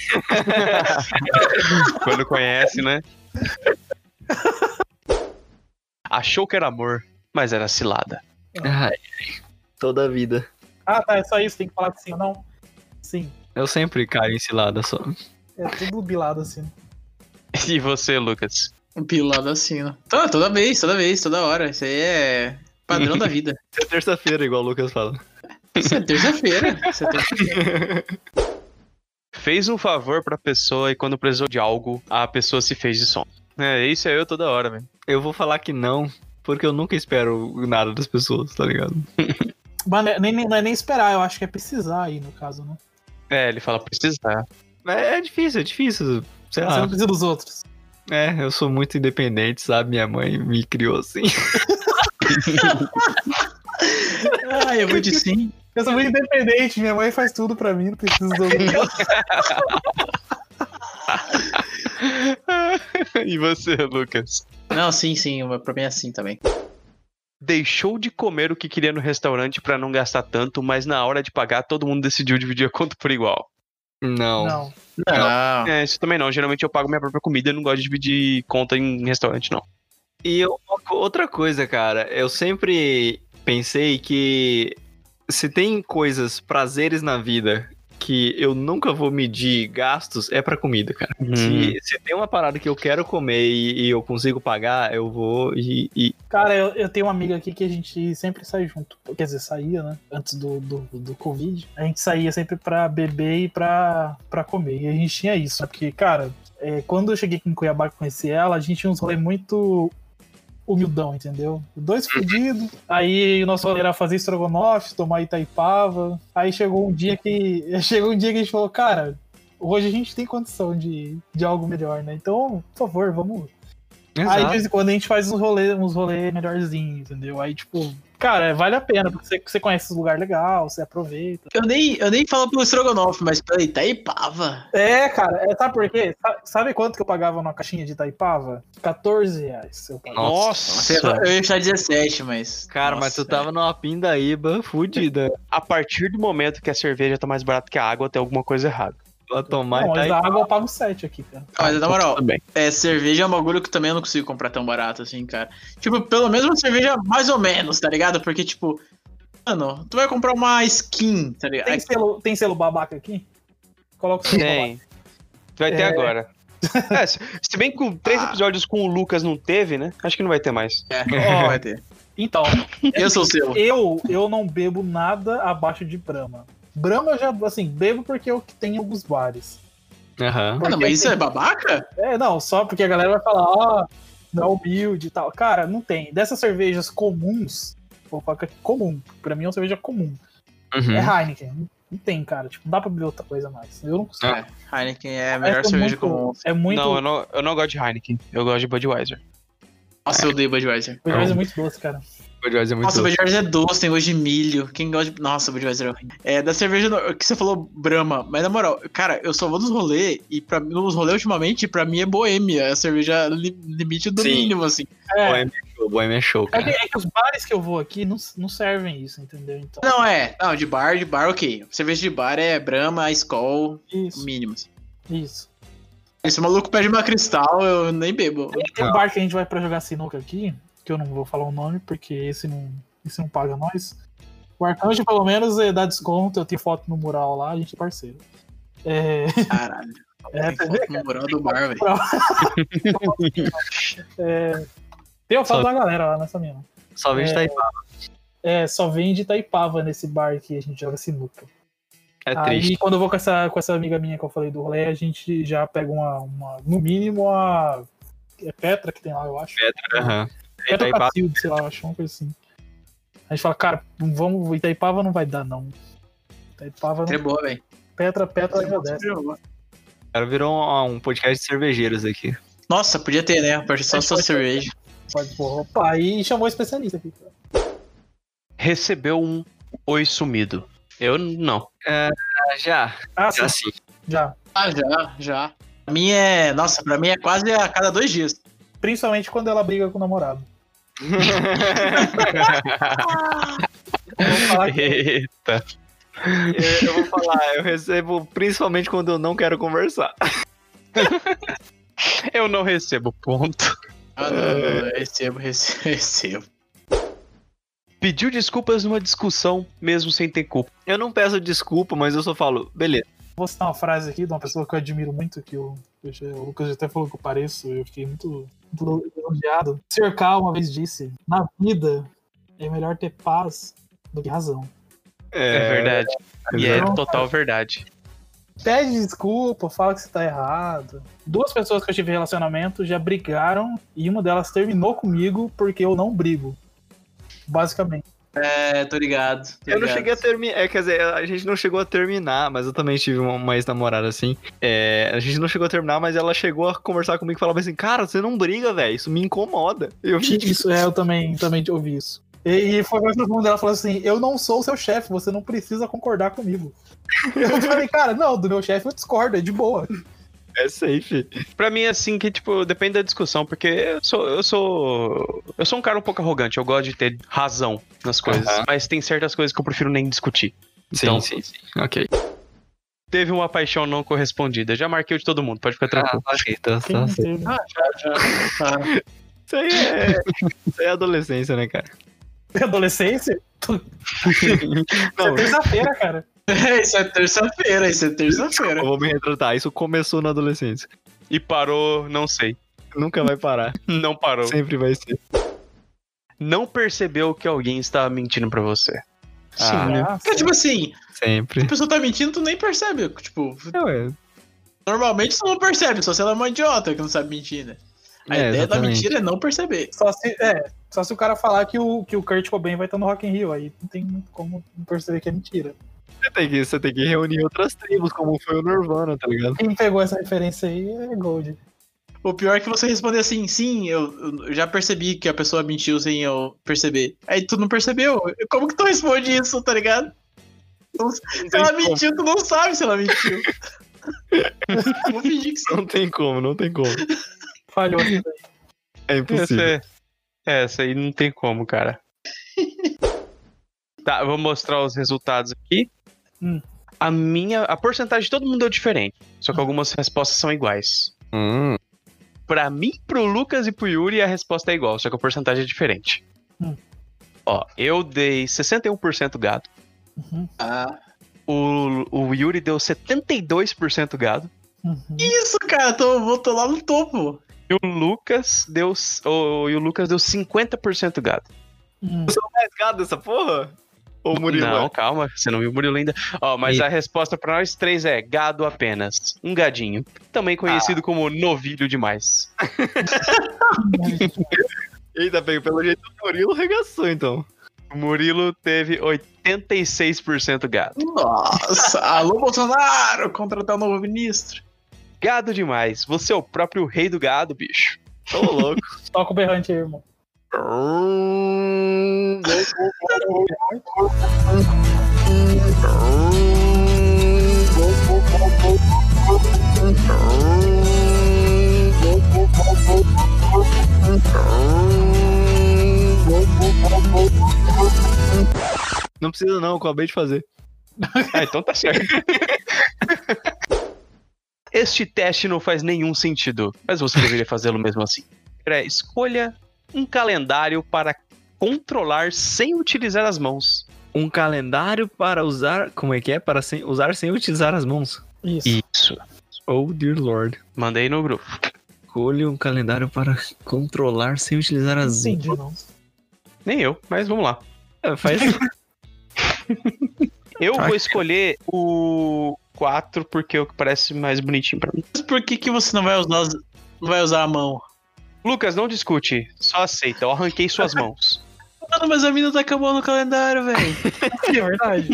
Quando conhece, né? Achou que era amor, mas era cilada. Ai, toda a vida. Ah, tá, é só isso, tem que falar sim ou não? Sim, Eu sempre caio em cilada só. é tudo bilado assim. E você, Lucas? Um pilado assim, né? Toda, toda vez, toda vez, toda hora. Isso aí é padrão da vida. É terça-feira, igual o Lucas fala. Isso é terça-feira. Isso é terça-feira. Fez um favor pra pessoa e quando precisou de algo, a pessoa se fez de som. É, isso é eu toda hora, velho. Eu vou falar que não, porque eu nunca espero nada das pessoas, tá ligado? Mas nem, nem- não é nem esperar, eu acho que é precisar aí, no caso, né? É, ele fala precisar. É, é difícil, é difícil. Sei Você lá. não precisa dos outros. É, eu sou muito independente, sabe? Minha mãe me criou assim. Ah, eu vou de sim. Eu sou muito independente, minha mãe faz tudo pra mim, não preciso dos outros. E você, Lucas? Não, sim, sim. Pra mim é assim também. Deixou de comer o que queria no restaurante pra não gastar tanto, mas na hora de pagar, todo mundo decidiu dividir a conta por igual. Não. Não. Não. É, isso também não. Geralmente eu pago minha própria comida e não gosto de dividir conta em restaurante, não. E eu- outra coisa, cara, eu sempre pensei que se tem coisas, prazeres na vida que eu nunca vou medir gastos, é pra comida, cara. Hum. Se, se tem uma parada que eu quero comer e, e eu consigo pagar, eu vou e. e- Cara, eu, eu tenho uma amiga aqui que a gente sempre sai junto. Quer dizer, saía, né? Antes do, do, do Covid. A gente saía sempre pra beber e pra, pra comer. E a gente tinha isso, né? Porque, cara, é, quando eu cheguei aqui em Cuiabá e conheci ela, a gente tinha uns rolês muito humildão, entendeu? Dois fudidos. Aí o nosso rolê era fazer estrogonofe, tomar Itaipava. Aí chegou um dia que. Chegou um dia que a gente falou, cara, hoje a gente tem condição de, de algo melhor, né? Então, por favor, vamos. Aí de vez em quando a gente faz uns rolês uns rolê melhorzinhos, entendeu? Aí, tipo, cara, vale a pena, porque você, você conhece os lugares legais, você aproveita. Eu nem, eu nem falo pelo estrogonofe, mas pela Itaipava. É, cara, é, sabe por quê? Sa- Sabe quanto que eu pagava numa caixinha de Itaipava? quatorze reais. Eu pagava. Nossa! Eu ia achar dezessete, mas. Cara, mas tu Nossa, tava numa pindaíba fudida. A partir do momento que a cerveja tá mais barata que a água, tem alguma coisa errada. Pra tomar Não, e mas tá a água eu pago sete aqui, cara. é. Mas na moral, Tudo bem. é, cerveja é um bagulho que também eu não consigo comprar tão barato assim, cara. Tipo, pelo menos uma cerveja mais ou menos, tá ligado? Porque, tipo, mano, tu vai comprar uma skin, tá ligado? Tem selo, tem selo babaca aqui? Coloca o selo babaca. Tem. Vai ter É. agora. É, se se bem que com três Ah. episódios com o Lucas não teve, né? Acho que não vai ter mais. É, Ó. vai ter. Então, Eu sou o seu. eu, eu não bebo nada abaixo de Brahma. Brahma eu já, assim, bebo porque é o que tem em alguns bares. Aham. Mano, mas isso é babaca? É, não, só porque a galera vai falar, ó, não é humilde e tal. Cara, não tem. Dessas cervejas comuns, vou falar que é comum, pra mim é uma cerveja comum. Uhum. É Heineken. Não, não tem, cara. Tipo, não dá pra beber outra coisa mais. Eu não consigo. É, Heineken é a melhor é cerveja muito, comum. É muito. Não, eu não, eu não gosto de Heineken. Eu gosto de Budweiser. Nossa, eu odeio Budweiser. Budweiser é muito doce, cara. Budweiser é muito Nossa, doce. Budweiser é doce, tem gosto de milho. Quem gosta de. Nossa, Budweiser é horrível. É, da cerveja no- que você falou, Brahma. Mas na moral, cara, eu só vou nos rolês e pra, nos rolês ultimamente, pra mim é boêmia. É a cerveja li- limite do Sim. mínimo, assim. É, Boêmia é show, Boêmia é show, é, que, cara. é que os bares que eu vou aqui não, não servem isso, entendeu? Então, Não, é. Não, de bar, de bar, ok. Cerveja de bar é Brahma, Skol, isso, mínimo. assim. isso. Esse maluco pede uma cristal, eu nem bebo. Tem um bar que a gente vai pra jogar sinuca aqui, que eu não vou falar o nome, porque esse não, esse não paga nós. O Arcanjo, pelo menos, é, dá desconto, eu tenho foto no mural lá, a gente é parceiro. É... Caralho. É, Tem foto no mural do bar, velho. é... Tem uma foto Só- da galera lá nessa mina. Só vem de É. Itaipava. É, só vem de Itaipava nesse bar que a gente joga sinuca. É Aí, triste. quando eu vou com essa, com essa amiga minha que eu falei do rolê, a gente já pega uma, uma no mínimo, a é Petra que tem lá, eu acho. Aham. Petra Itaipava. Cacilde, sei lá, eu acho, uma coisa assim. A gente fala, cara, vamos, Itaipava não vai dar, não. Itaipava É não. boa, velho. Petra, Petra ainda desce. O cara virou um, um podcast de cervejeiros aqui. Nossa, podia ter, né? A só só cerveja. Pode, porra, opa, aí chamou o especialista aqui. Recebeu um oi sumido. Eu não. Ah, já. Ah, Já sim, sim. já. Ah, já, já. Pra mim é. Nossa, pra mim é quase a cada dois dias. Principalmente quando ela briga com o namorado. Eu vou falar que Eita. eu, eu vou falar, eu recebo principalmente quando eu não quero conversar. Eu não recebo ponto. Ah, não, não, não, recebo, recebo, recebo. Pediu desculpas numa discussão, mesmo sem ter culpa. Eu não peço desculpa, mas eu só falo, beleza. vou citar uma frase aqui de uma pessoa que eu admiro muito, que eu, eu já- o Lucas já até falou que eu pareço, eu fiquei muito, muito elogiado. senhor K uma vez disse: na vida é melhor ter paz do que razão. É, verdade. E é Não, total verdade. Pede desculpa, fala que você tá errado. Duas pessoas que eu tive relacionamento já brigaram e uma delas terminou comigo porque eu não brigo. Basicamente. É, tô ligado. tô Eu não ligado. cheguei a terminar. É, quer dizer, a gente não chegou a terminar, mas eu também tive uma, uma ex-namorada assim. É, a gente não chegou a terminar, mas ela chegou a conversar comigo e falava assim: cara, você não briga, velho. Isso me incomoda. Eu fiquei, Isso, é, eu também, também ouvi isso. E, e foi mais profundo, ela falou assim: eu não sou o seu chefe, você não precisa concordar comigo. Eu falei, cara, não, do meu chefe eu discordo, é de boa. é safe. Pra mim, assim, que, tipo, depende da discussão, porque eu sou, eu sou. Eu sou um cara um pouco arrogante, eu gosto de ter razão nas coisas. Aham. Mas tem certas coisas que eu prefiro nem discutir. Sim, Então, sim, sim. Ok. teve uma paixão não correspondida. Já marquei o de todo mundo, pode ficar Ah, tranquilo. ok, tá, Quem tá não certo. teve? Ah, já, já. Tá. Isso aí é. Isso aí é adolescência, né, cara? Adolescência? Não, Isso é terça-feira, cara. Isso é terça-feira, isso é terça-feira. eu vou me retratar. Isso começou na adolescência. E parou, não sei. Nunca vai parar. Não parou. Sempre vai ser. Não percebeu que alguém estava mentindo pra você. Ah, Sim, né? Ah, Porque, tipo assim, Sempre. a pessoa tá mentindo, tu nem percebe. Tipo, É, ué. normalmente tu não percebe, só se ela é uma idiota que não sabe mentir, né? A É, ideia exatamente. da mentira é não perceber. Só se, é, só se o cara falar que o, que o Kurt Cobain vai estar no Rock in Rio, aí não tem muito como perceber que é mentira. Você tem, que, você tem que reunir outras tribos, como foi o Nirvana, tá ligado? Quem pegou essa referência aí é Gold. O pior é que você responder assim, sim, eu, eu já percebi que a pessoa mentiu sem eu perceber. Aí tu não percebeu. Como que tu responde isso, tá ligado? Não- se ela como. mentiu, tu não sabe se ela mentiu. Vou fingir que sim. Não tem como, não tem como. Falhou. É Essa, impossível. é- essa aí não tem como, cara. Tá, eu vou mostrar os resultados aqui. Hum. A minha. A porcentagem de todo mundo deu diferente. Só que algumas respostas são iguais. Hum. Pra mim, pro Lucas e pro Yuri, a resposta é igual, só que a porcentagem é diferente. Hum. Ó, eu dei sessenta e um por cento gado. Uhum, Ah, O, o Yuri deu setenta e dois por cento gado. uhum. isso, cara, tô, vou tô lá no topo. E o Lucas deu. O, e o Lucas deu cinquenta por cento gado. Hum. Eu sou o mais gado dessa porra? Ou o Murilo? Não, calma, você não viu o Murilo ainda. Ó, mas E- a resposta pra nós três é gado apenas. Um gadinho. Também conhecido como novilho demais. Eita, pego, pelo jeito o Murilo regaçou, então. O Murilo teve oitenta e seis por cento gado. Nossa, alô Bolsonaro, contratar um novo ministro. Gado demais. Você é o próprio rei do gado, bicho. Ô, louco. Toca o berrante aí, irmão. Não precisa não, eu acabei de fazer. Ah, então tá certo. Este teste não faz nenhum sentido, mas você deveria fazê-lo mesmo assim. É, escolha um calendário para controlar sem utilizar as mãos. Um calendário para usar... Como é que é? Para sem, usar sem utilizar as mãos. Isso. Isso. Oh, dear lord. Mandei no grupo. Escolha um calendário para controlar sem utilizar Não as entendi, mãos. não. Nem eu, mas vamos lá. É, faz... Eu vou escolher o quatro porque é o que parece mais bonitinho pra mim. Mas por que, que você não vai usar, as- não vai usar a mão? Lucas, não discute. Só aceita. Eu arranquei suas mãos. Mano, mas a mina tá com a mão no calendário, velho. É verdade.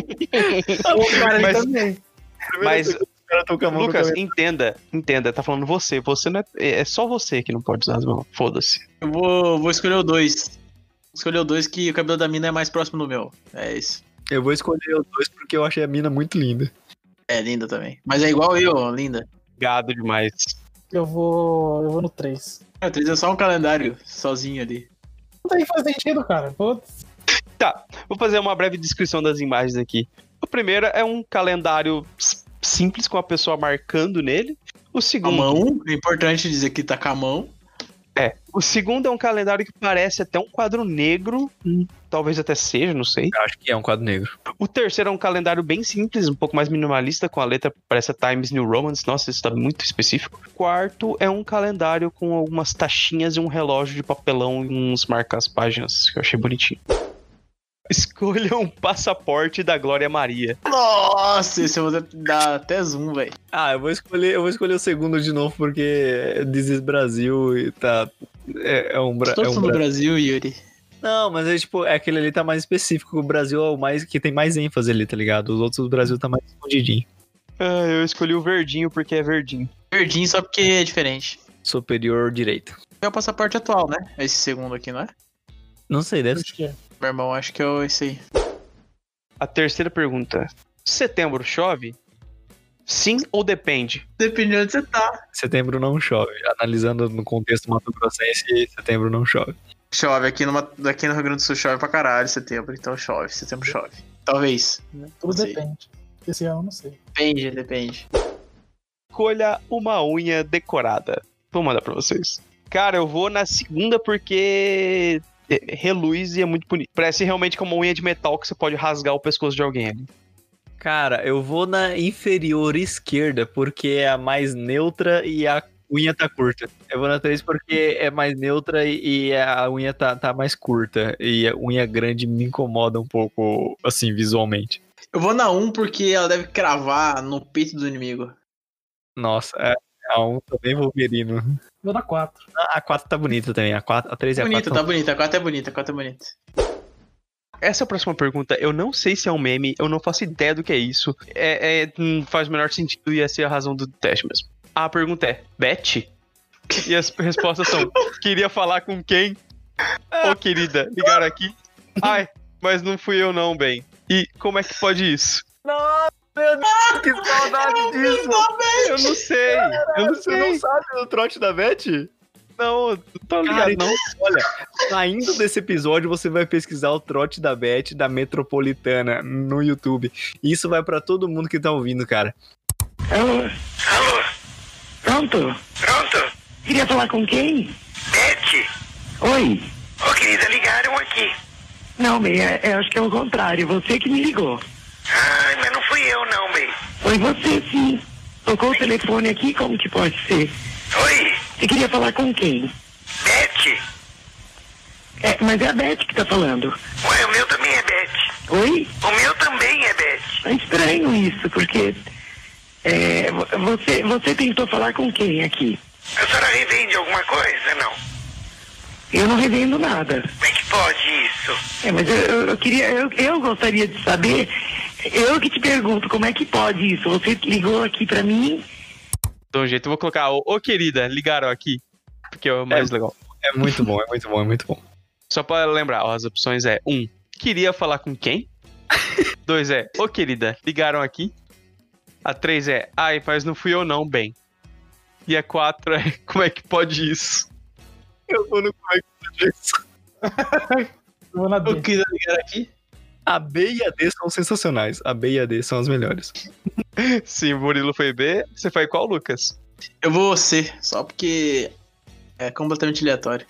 O cara ali Mas- também. Mas, Cara, tô com a mão no Lucas, calendário. entenda. Entenda. Tá falando você. Você não é... É só você que não pode usar as mãos. Foda-se. Eu vou, vou escolher o dois. Vou escolher o dois que o cabelo da mina é mais próximo do meu. É isso. Eu vou escolher o dois porque eu achei a mina muito linda. É linda também. Mas é igual eu, linda. Gado demais. Eu vou. Eu vou no três. É, o três é só um calendário, sozinho ali. Não tem que fazer sentido, cara. Putz. Tá. Vou fazer uma breve descrição das imagens aqui. O primeiro é um calendário s- simples com a pessoa marcando nele. O A segundo... mão, é importante dizer que tá com a mão. É. O segundo é um calendário que parece até um quadro negro. Hum, talvez até seja, não sei. Eu acho que é um quadro negro. O terceiro é um calendário bem simples, um pouco mais minimalista, com a letra parece a Times New Roman. Nossa, isso tá muito específico. O quarto é um calendário com algumas taxinhas e um relógio de papelão e uns marcas páginas, que eu achei bonitinho. Escolha um passaporte da Glória Maria. Nossa, esse eu vou dar até zoom, velho. Ah, eu vou escolher, eu vou escolher o segundo de novo porque This is Brasil e tá. É, é um, bra... é Todos um são do bra... Brasil, Yuri. Não, mas é tipo, é aquele ali tá mais específico. O Brasil é o mais que tem mais ênfase ali, tá ligado? Os outros do Brasil tá mais escondidinho. Ah, eu escolhi o verdinho porque é verdinho. Verdinho só porque é diferente. Superior direito. É o passaporte atual, né? Esse segundo aqui, não é? Não sei, deve Acho que é. Meu irmão, acho que é esse aí. A terceira pergunta. Setembro chove? Sim ou depende? Depende de onde você tá. Setembro não chove. Analisando no contexto mato-grossense, setembro não chove. Chove aqui, numa, aqui no Rio Grande do Sul, chove pra caralho setembro. Então chove, setembro chove. Talvez. Tudo Não sei. depende. Esse ano eu não sei. Depende, depende. Escolha uma unha decorada. Vou mandar pra vocês. Cara, eu vou na segunda porque é, reluz e é muito bonito. Parece realmente como uma unha de metal que você pode rasgar o pescoço de alguém ali. Cara, eu vou na inferior esquerda porque é a mais neutra e a unha tá curta. Eu vou na três porque é mais neutra e, e a unha tá, tá mais curta. E a unha grande me incomoda um pouco, assim, visualmente. Eu vou na um porque ela deve cravar no peito do inimigo. Nossa, é, a um também Wolverino. Vou dar quatro. A quatro tá bonita também, a, quatro, a três e a Bonita, quatro tá bonita. A quatro é bonita, a quatro é bonita. Essa é a próxima pergunta. Eu não sei se é um meme, eu não faço ideia do que é isso. É, é, não faz o menor sentido e essa é a razão do teste mesmo. A pergunta é, Beth? E as respostas são, queria falar com quem? Ô, querida, ligaram aqui. Ai, mas não fui eu não, bem. E como é que pode isso? Nossa, meu Deus, que saudade disso! Eu não sei, eu não Você sei. não sabe do trote da Beth? Não, não tô ligado, Cara, não. Olha, saindo desse episódio, você vai pesquisar o trote da Beth da Metropolitana no YouTube. E isso vai pra todo mundo que tá ouvindo, cara. Alô? Alô? Pronto? Pronto? Queria falar com quem? Beth? Oi? Ô, querida, ligaram aqui. Não, bem, é, é, acho que é o contrário. Você que me ligou. Ai, mas não fui eu não, bem. Foi você, sim. Tocou o telefone aqui, como que pode ser? Oi? Você queria falar com quem? Beth? É, mas é a Beth que tá falando. Ué, o meu também é Beth. Oi? O meu também é Beth. É estranho isso, porque... É, vo- você, você tentou falar com quem aqui? A senhora revende alguma coisa, não? Eu não revendo nada. Como é que pode isso? É, mas eu, eu, eu queria... Eu, eu gostaria de saber... Eu que te pergunto, como é que pode isso? Você ligou aqui pra mim... De um jeito, eu vou colocar, ô, ô, querida, ligaram aqui. Porque é o mais legal. É muito bom, é muito bom, é muito bom. Só pra lembrar, ó, as opções é um, queria falar com quem? Dois é, ô querida, ligaram aqui? A três é, ai, mas não fui eu não, bem. E a quatro é, como é que pode isso? Eu vou no como é que pode isso. Eu vou na D. Eu queria ligar aqui. A B e a D são sensacionais. A B e a D são as melhores. Sim, o Murilo foi B, você foi qual, Lucas? Eu vou C, só porque é completamente aleatório.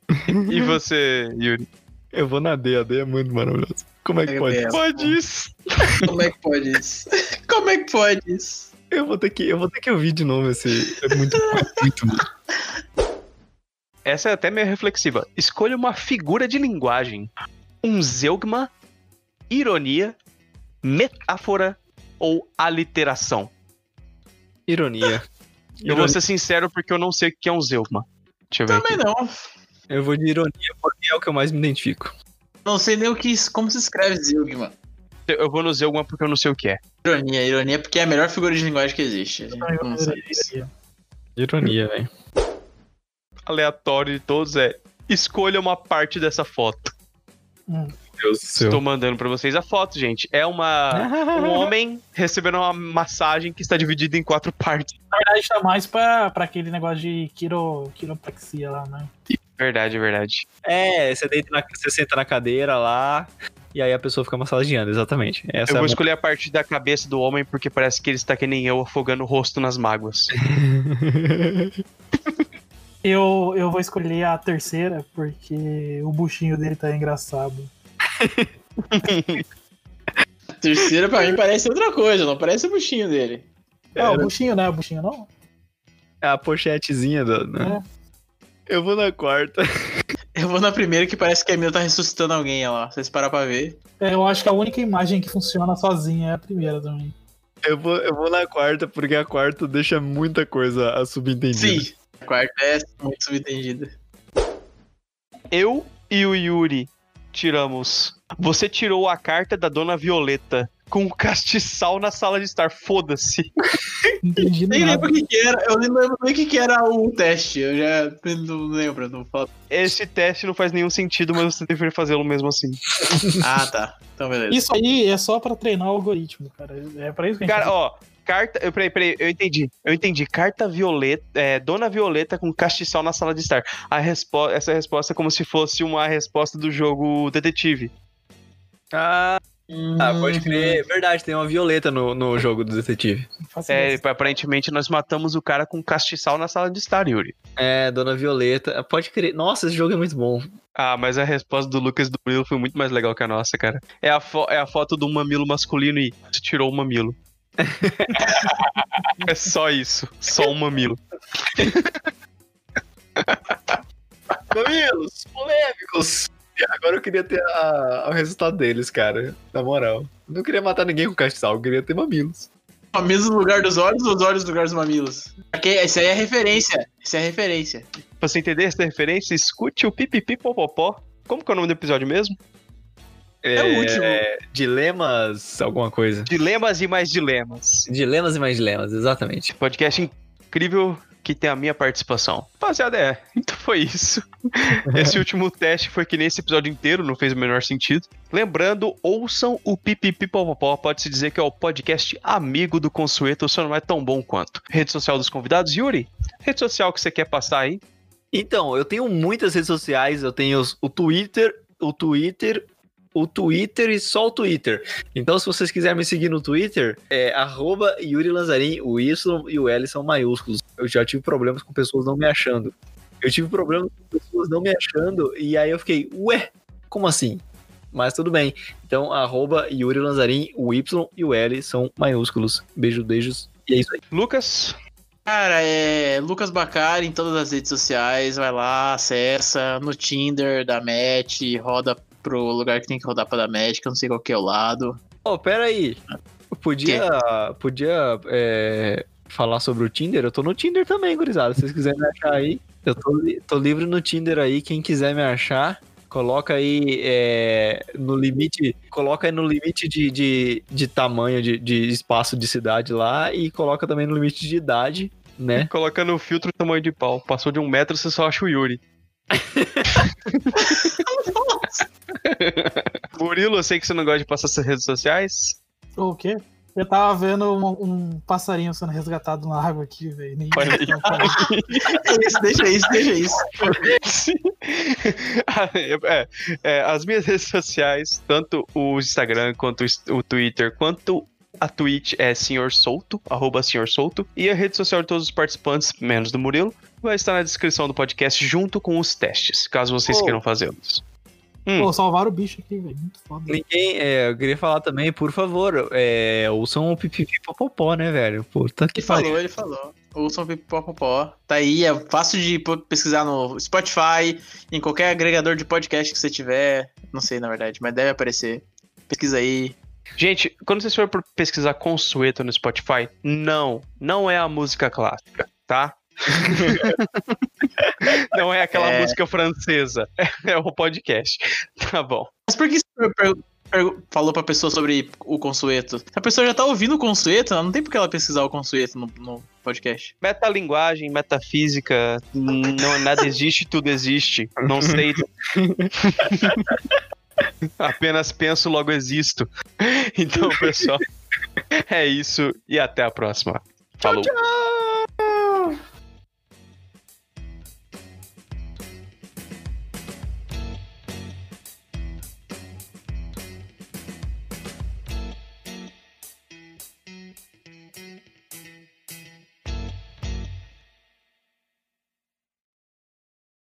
E você, Yuri? Eu vou na D, a D é muito maravilhoso. Como é que É pode? mesmo. Pode isso. Como é que pode isso? Como é que pode isso? Eu vou ter que, eu vou ter que ouvir de novo esse. É muito bom, muito bom. Essa é até meio reflexiva. Escolha uma figura de linguagem. Um zeugma, ironia, metáfora ou aliteração. Ironia. Eu vou ser sincero porque eu não sei o que é um zeugma. Deixa eu ver Também aqui. não. Eu vou de ironia porque é o que eu mais me identifico. Não sei nem o que, como se escreve Zilgman. Eu vou no zeugma porque eu não sei o que é. Ironia, ironia, porque é a melhor figura de linguagem que existe. A gente não sabe isso. Ironia, velho. Aleatório de todos é escolha uma parte dessa foto. Hum. Deus do céu. Estou mandando pra vocês a foto, gente. É uma um homem recebendo uma massagem que está dividida em quatro partes. Na verdade, tá mais pra, pra aquele negócio de quiro, quiropraxia lá, né? Verdade, verdade. É, você, deita na, você senta na cadeira lá e aí a pessoa fica massageando, exatamente. Essa Eu vou é a- escolher a parte da cabeça do homem porque parece que ele está que nem eu, afogando o rosto nas mágoas. Eu, eu vou escolher a terceira, porque o buchinho dele tá engraçado. A terceira pra mim parece outra coisa, não parece o buchinho dele. Ah, o buchinho, né? O buchinho não? É a pochetezinha do. Né? Eu vou na quarta. Eu vou na primeira que parece que a mina tá ressuscitando alguém, olha lá. Vocês parar pra ver. É, eu acho que a única imagem que funciona sozinha é a primeira também. Eu vou, eu vou na quarta porque a quarta deixa muita coisa a subentendida. Sim. A quarta é muito subentendida. Eu e o Yuri tiramos. Você tirou a carta da Dona Violeta com o castiçal na sala de estar. Foda-se. Não entendi Nem nada. lembro o que, que era. Eu nem lembro nem o que, que era o teste. Eu já não lembro, não falo. Esse teste não faz nenhum sentido, mas você deveria fazê-lo mesmo assim. Ah, tá. Então beleza. Isso aí é só pra treinar o algoritmo, cara. É pra isso que a gente Cara, ó, carta. Eu, peraí, peraí, eu entendi. Eu entendi. Carta Violeta. É, Dona Violeta com castiçal na sala de estar. A respo... Essa resposta é como se fosse uma resposta do jogo Detetive. Ah, ah, pode crer. Verdade, tem uma violeta no, no jogo do detetive. não faço É, ideia. aparentemente nós matamos o cara com castiçal na sala de estar, Yuri. É, Dona Violeta. Pode crer. Nossa, esse jogo é muito bom. Ah, mas a resposta do Lucas e do Murilo foi muito mais legal que a nossa, cara. É a, fo- é a foto do mamilo masculino e você tirou o mamilo. É só isso. Só um mamilo. Mamilos, polêmicos. Agora eu queria ter a- o resultado deles, cara. Na moral. Eu não queria matar ninguém com castiçal, eu queria ter mamilos. Mamilos no lugar dos olhos ou os olhos no lugar dos mamilos? Aqui, isso aí é referência. Isso é referência. Pra você entender essa referência, escute o Pipipi Popopó. Como que é o nome do episódio mesmo? É o último. Dilemas, alguma coisa. Dilemas e mais dilemas. Dilemas e mais dilemas, exatamente. Podcast incrível que tem a minha participação. Rapaziada, é. Então foi isso. Esse último teste foi que nesse episódio inteiro não fez o menor sentido. Lembrando, ouçam o Pipipi Popopó. Pode-se dizer que é o podcast amigo do Consueto, só não é tão bom quanto. Rede social dos convidados. Yuri, rede social que você quer passar aí? Então, eu tenho muitas redes sociais, eu tenho os- o Twitter, o Twitter, o Twitter e só o Twitter. Então, se vocês quiserem me seguir no Twitter, é arroba Yuri Lanzarin, o Y e o L são maiúsculos. Eu já tive problemas com pessoas não me achando. Eu tive problemas com pessoas não me achando, e aí eu fiquei, ué, como assim? Mas tudo bem. Então, arroba Yuri Lanzarin, o Y e o L são maiúsculos. Beijo, beijos, e é isso aí. Lucas, Cara, é Lucas Bacari em todas as redes sociais. Vai lá, acessa no Tinder da Match, roda pro lugar que tem que rodar pra dar Match, que eu não sei qual que é o lado. Ô, pera aí. Eu podia, podia é, falar sobre o Tinder? Eu tô no Tinder também, gurizada. Se vocês quiserem me achar aí, eu tô, li- tô livre no Tinder aí. Quem quiser me achar, coloca aí é, no limite. Coloca aí no limite de, de, de tamanho, de, de espaço de cidade lá. E coloca também no limite de idade, né? coloca no filtro tamanho de pau. Passou de um metro, você só acha o Yuri. Murilo, eu sei que você não gosta de passar suas redes sociais. O quê? Eu tava vendo um, um passarinho sendo resgatado na água aqui, velho. Nem Olha aí. É isso, deixa isso, deixa isso. é, é, as minhas redes sociais, tanto o Instagram quanto o Twitter, quanto a Twitch é Senhor Solto, arroba Senhor Solto. E a rede social de todos os participantes, menos do Murilo, vai estar na descrição do podcast junto com os testes, caso vocês Oh. queiram fazê-los. Hum. Pô, salvaram o bicho aqui, velho. Muito foda. Ninguém, é, eu queria falar também, por favor, é, ouçam o Pipipi Popopó, né, velho? Puta que Ele pariu. falou, ele falou. Ouçam o Pipipopopó. Tá aí, é fácil de pesquisar no Spotify, em qualquer agregador de podcast que você tiver. Não sei, na verdade, mas deve aparecer. Pesquisa aí. Gente, quando vocês forem pesquisar Consueto no Spotify, não, não é a música clássica, tá? Não é aquela É. música francesa, é o podcast. Tá bom. Mas por que você per- per- falou pra pessoa sobre o Consueto? Se a pessoa já tá ouvindo o Consueto, não tem por que ela pesquisar o Consueto no, no podcast. Metalinguagem, metafísica, não, nada existe, tudo existe. Não sei. Apenas penso, logo existo. Então, pessoal, é isso e até a próxima. Falou. Tchau!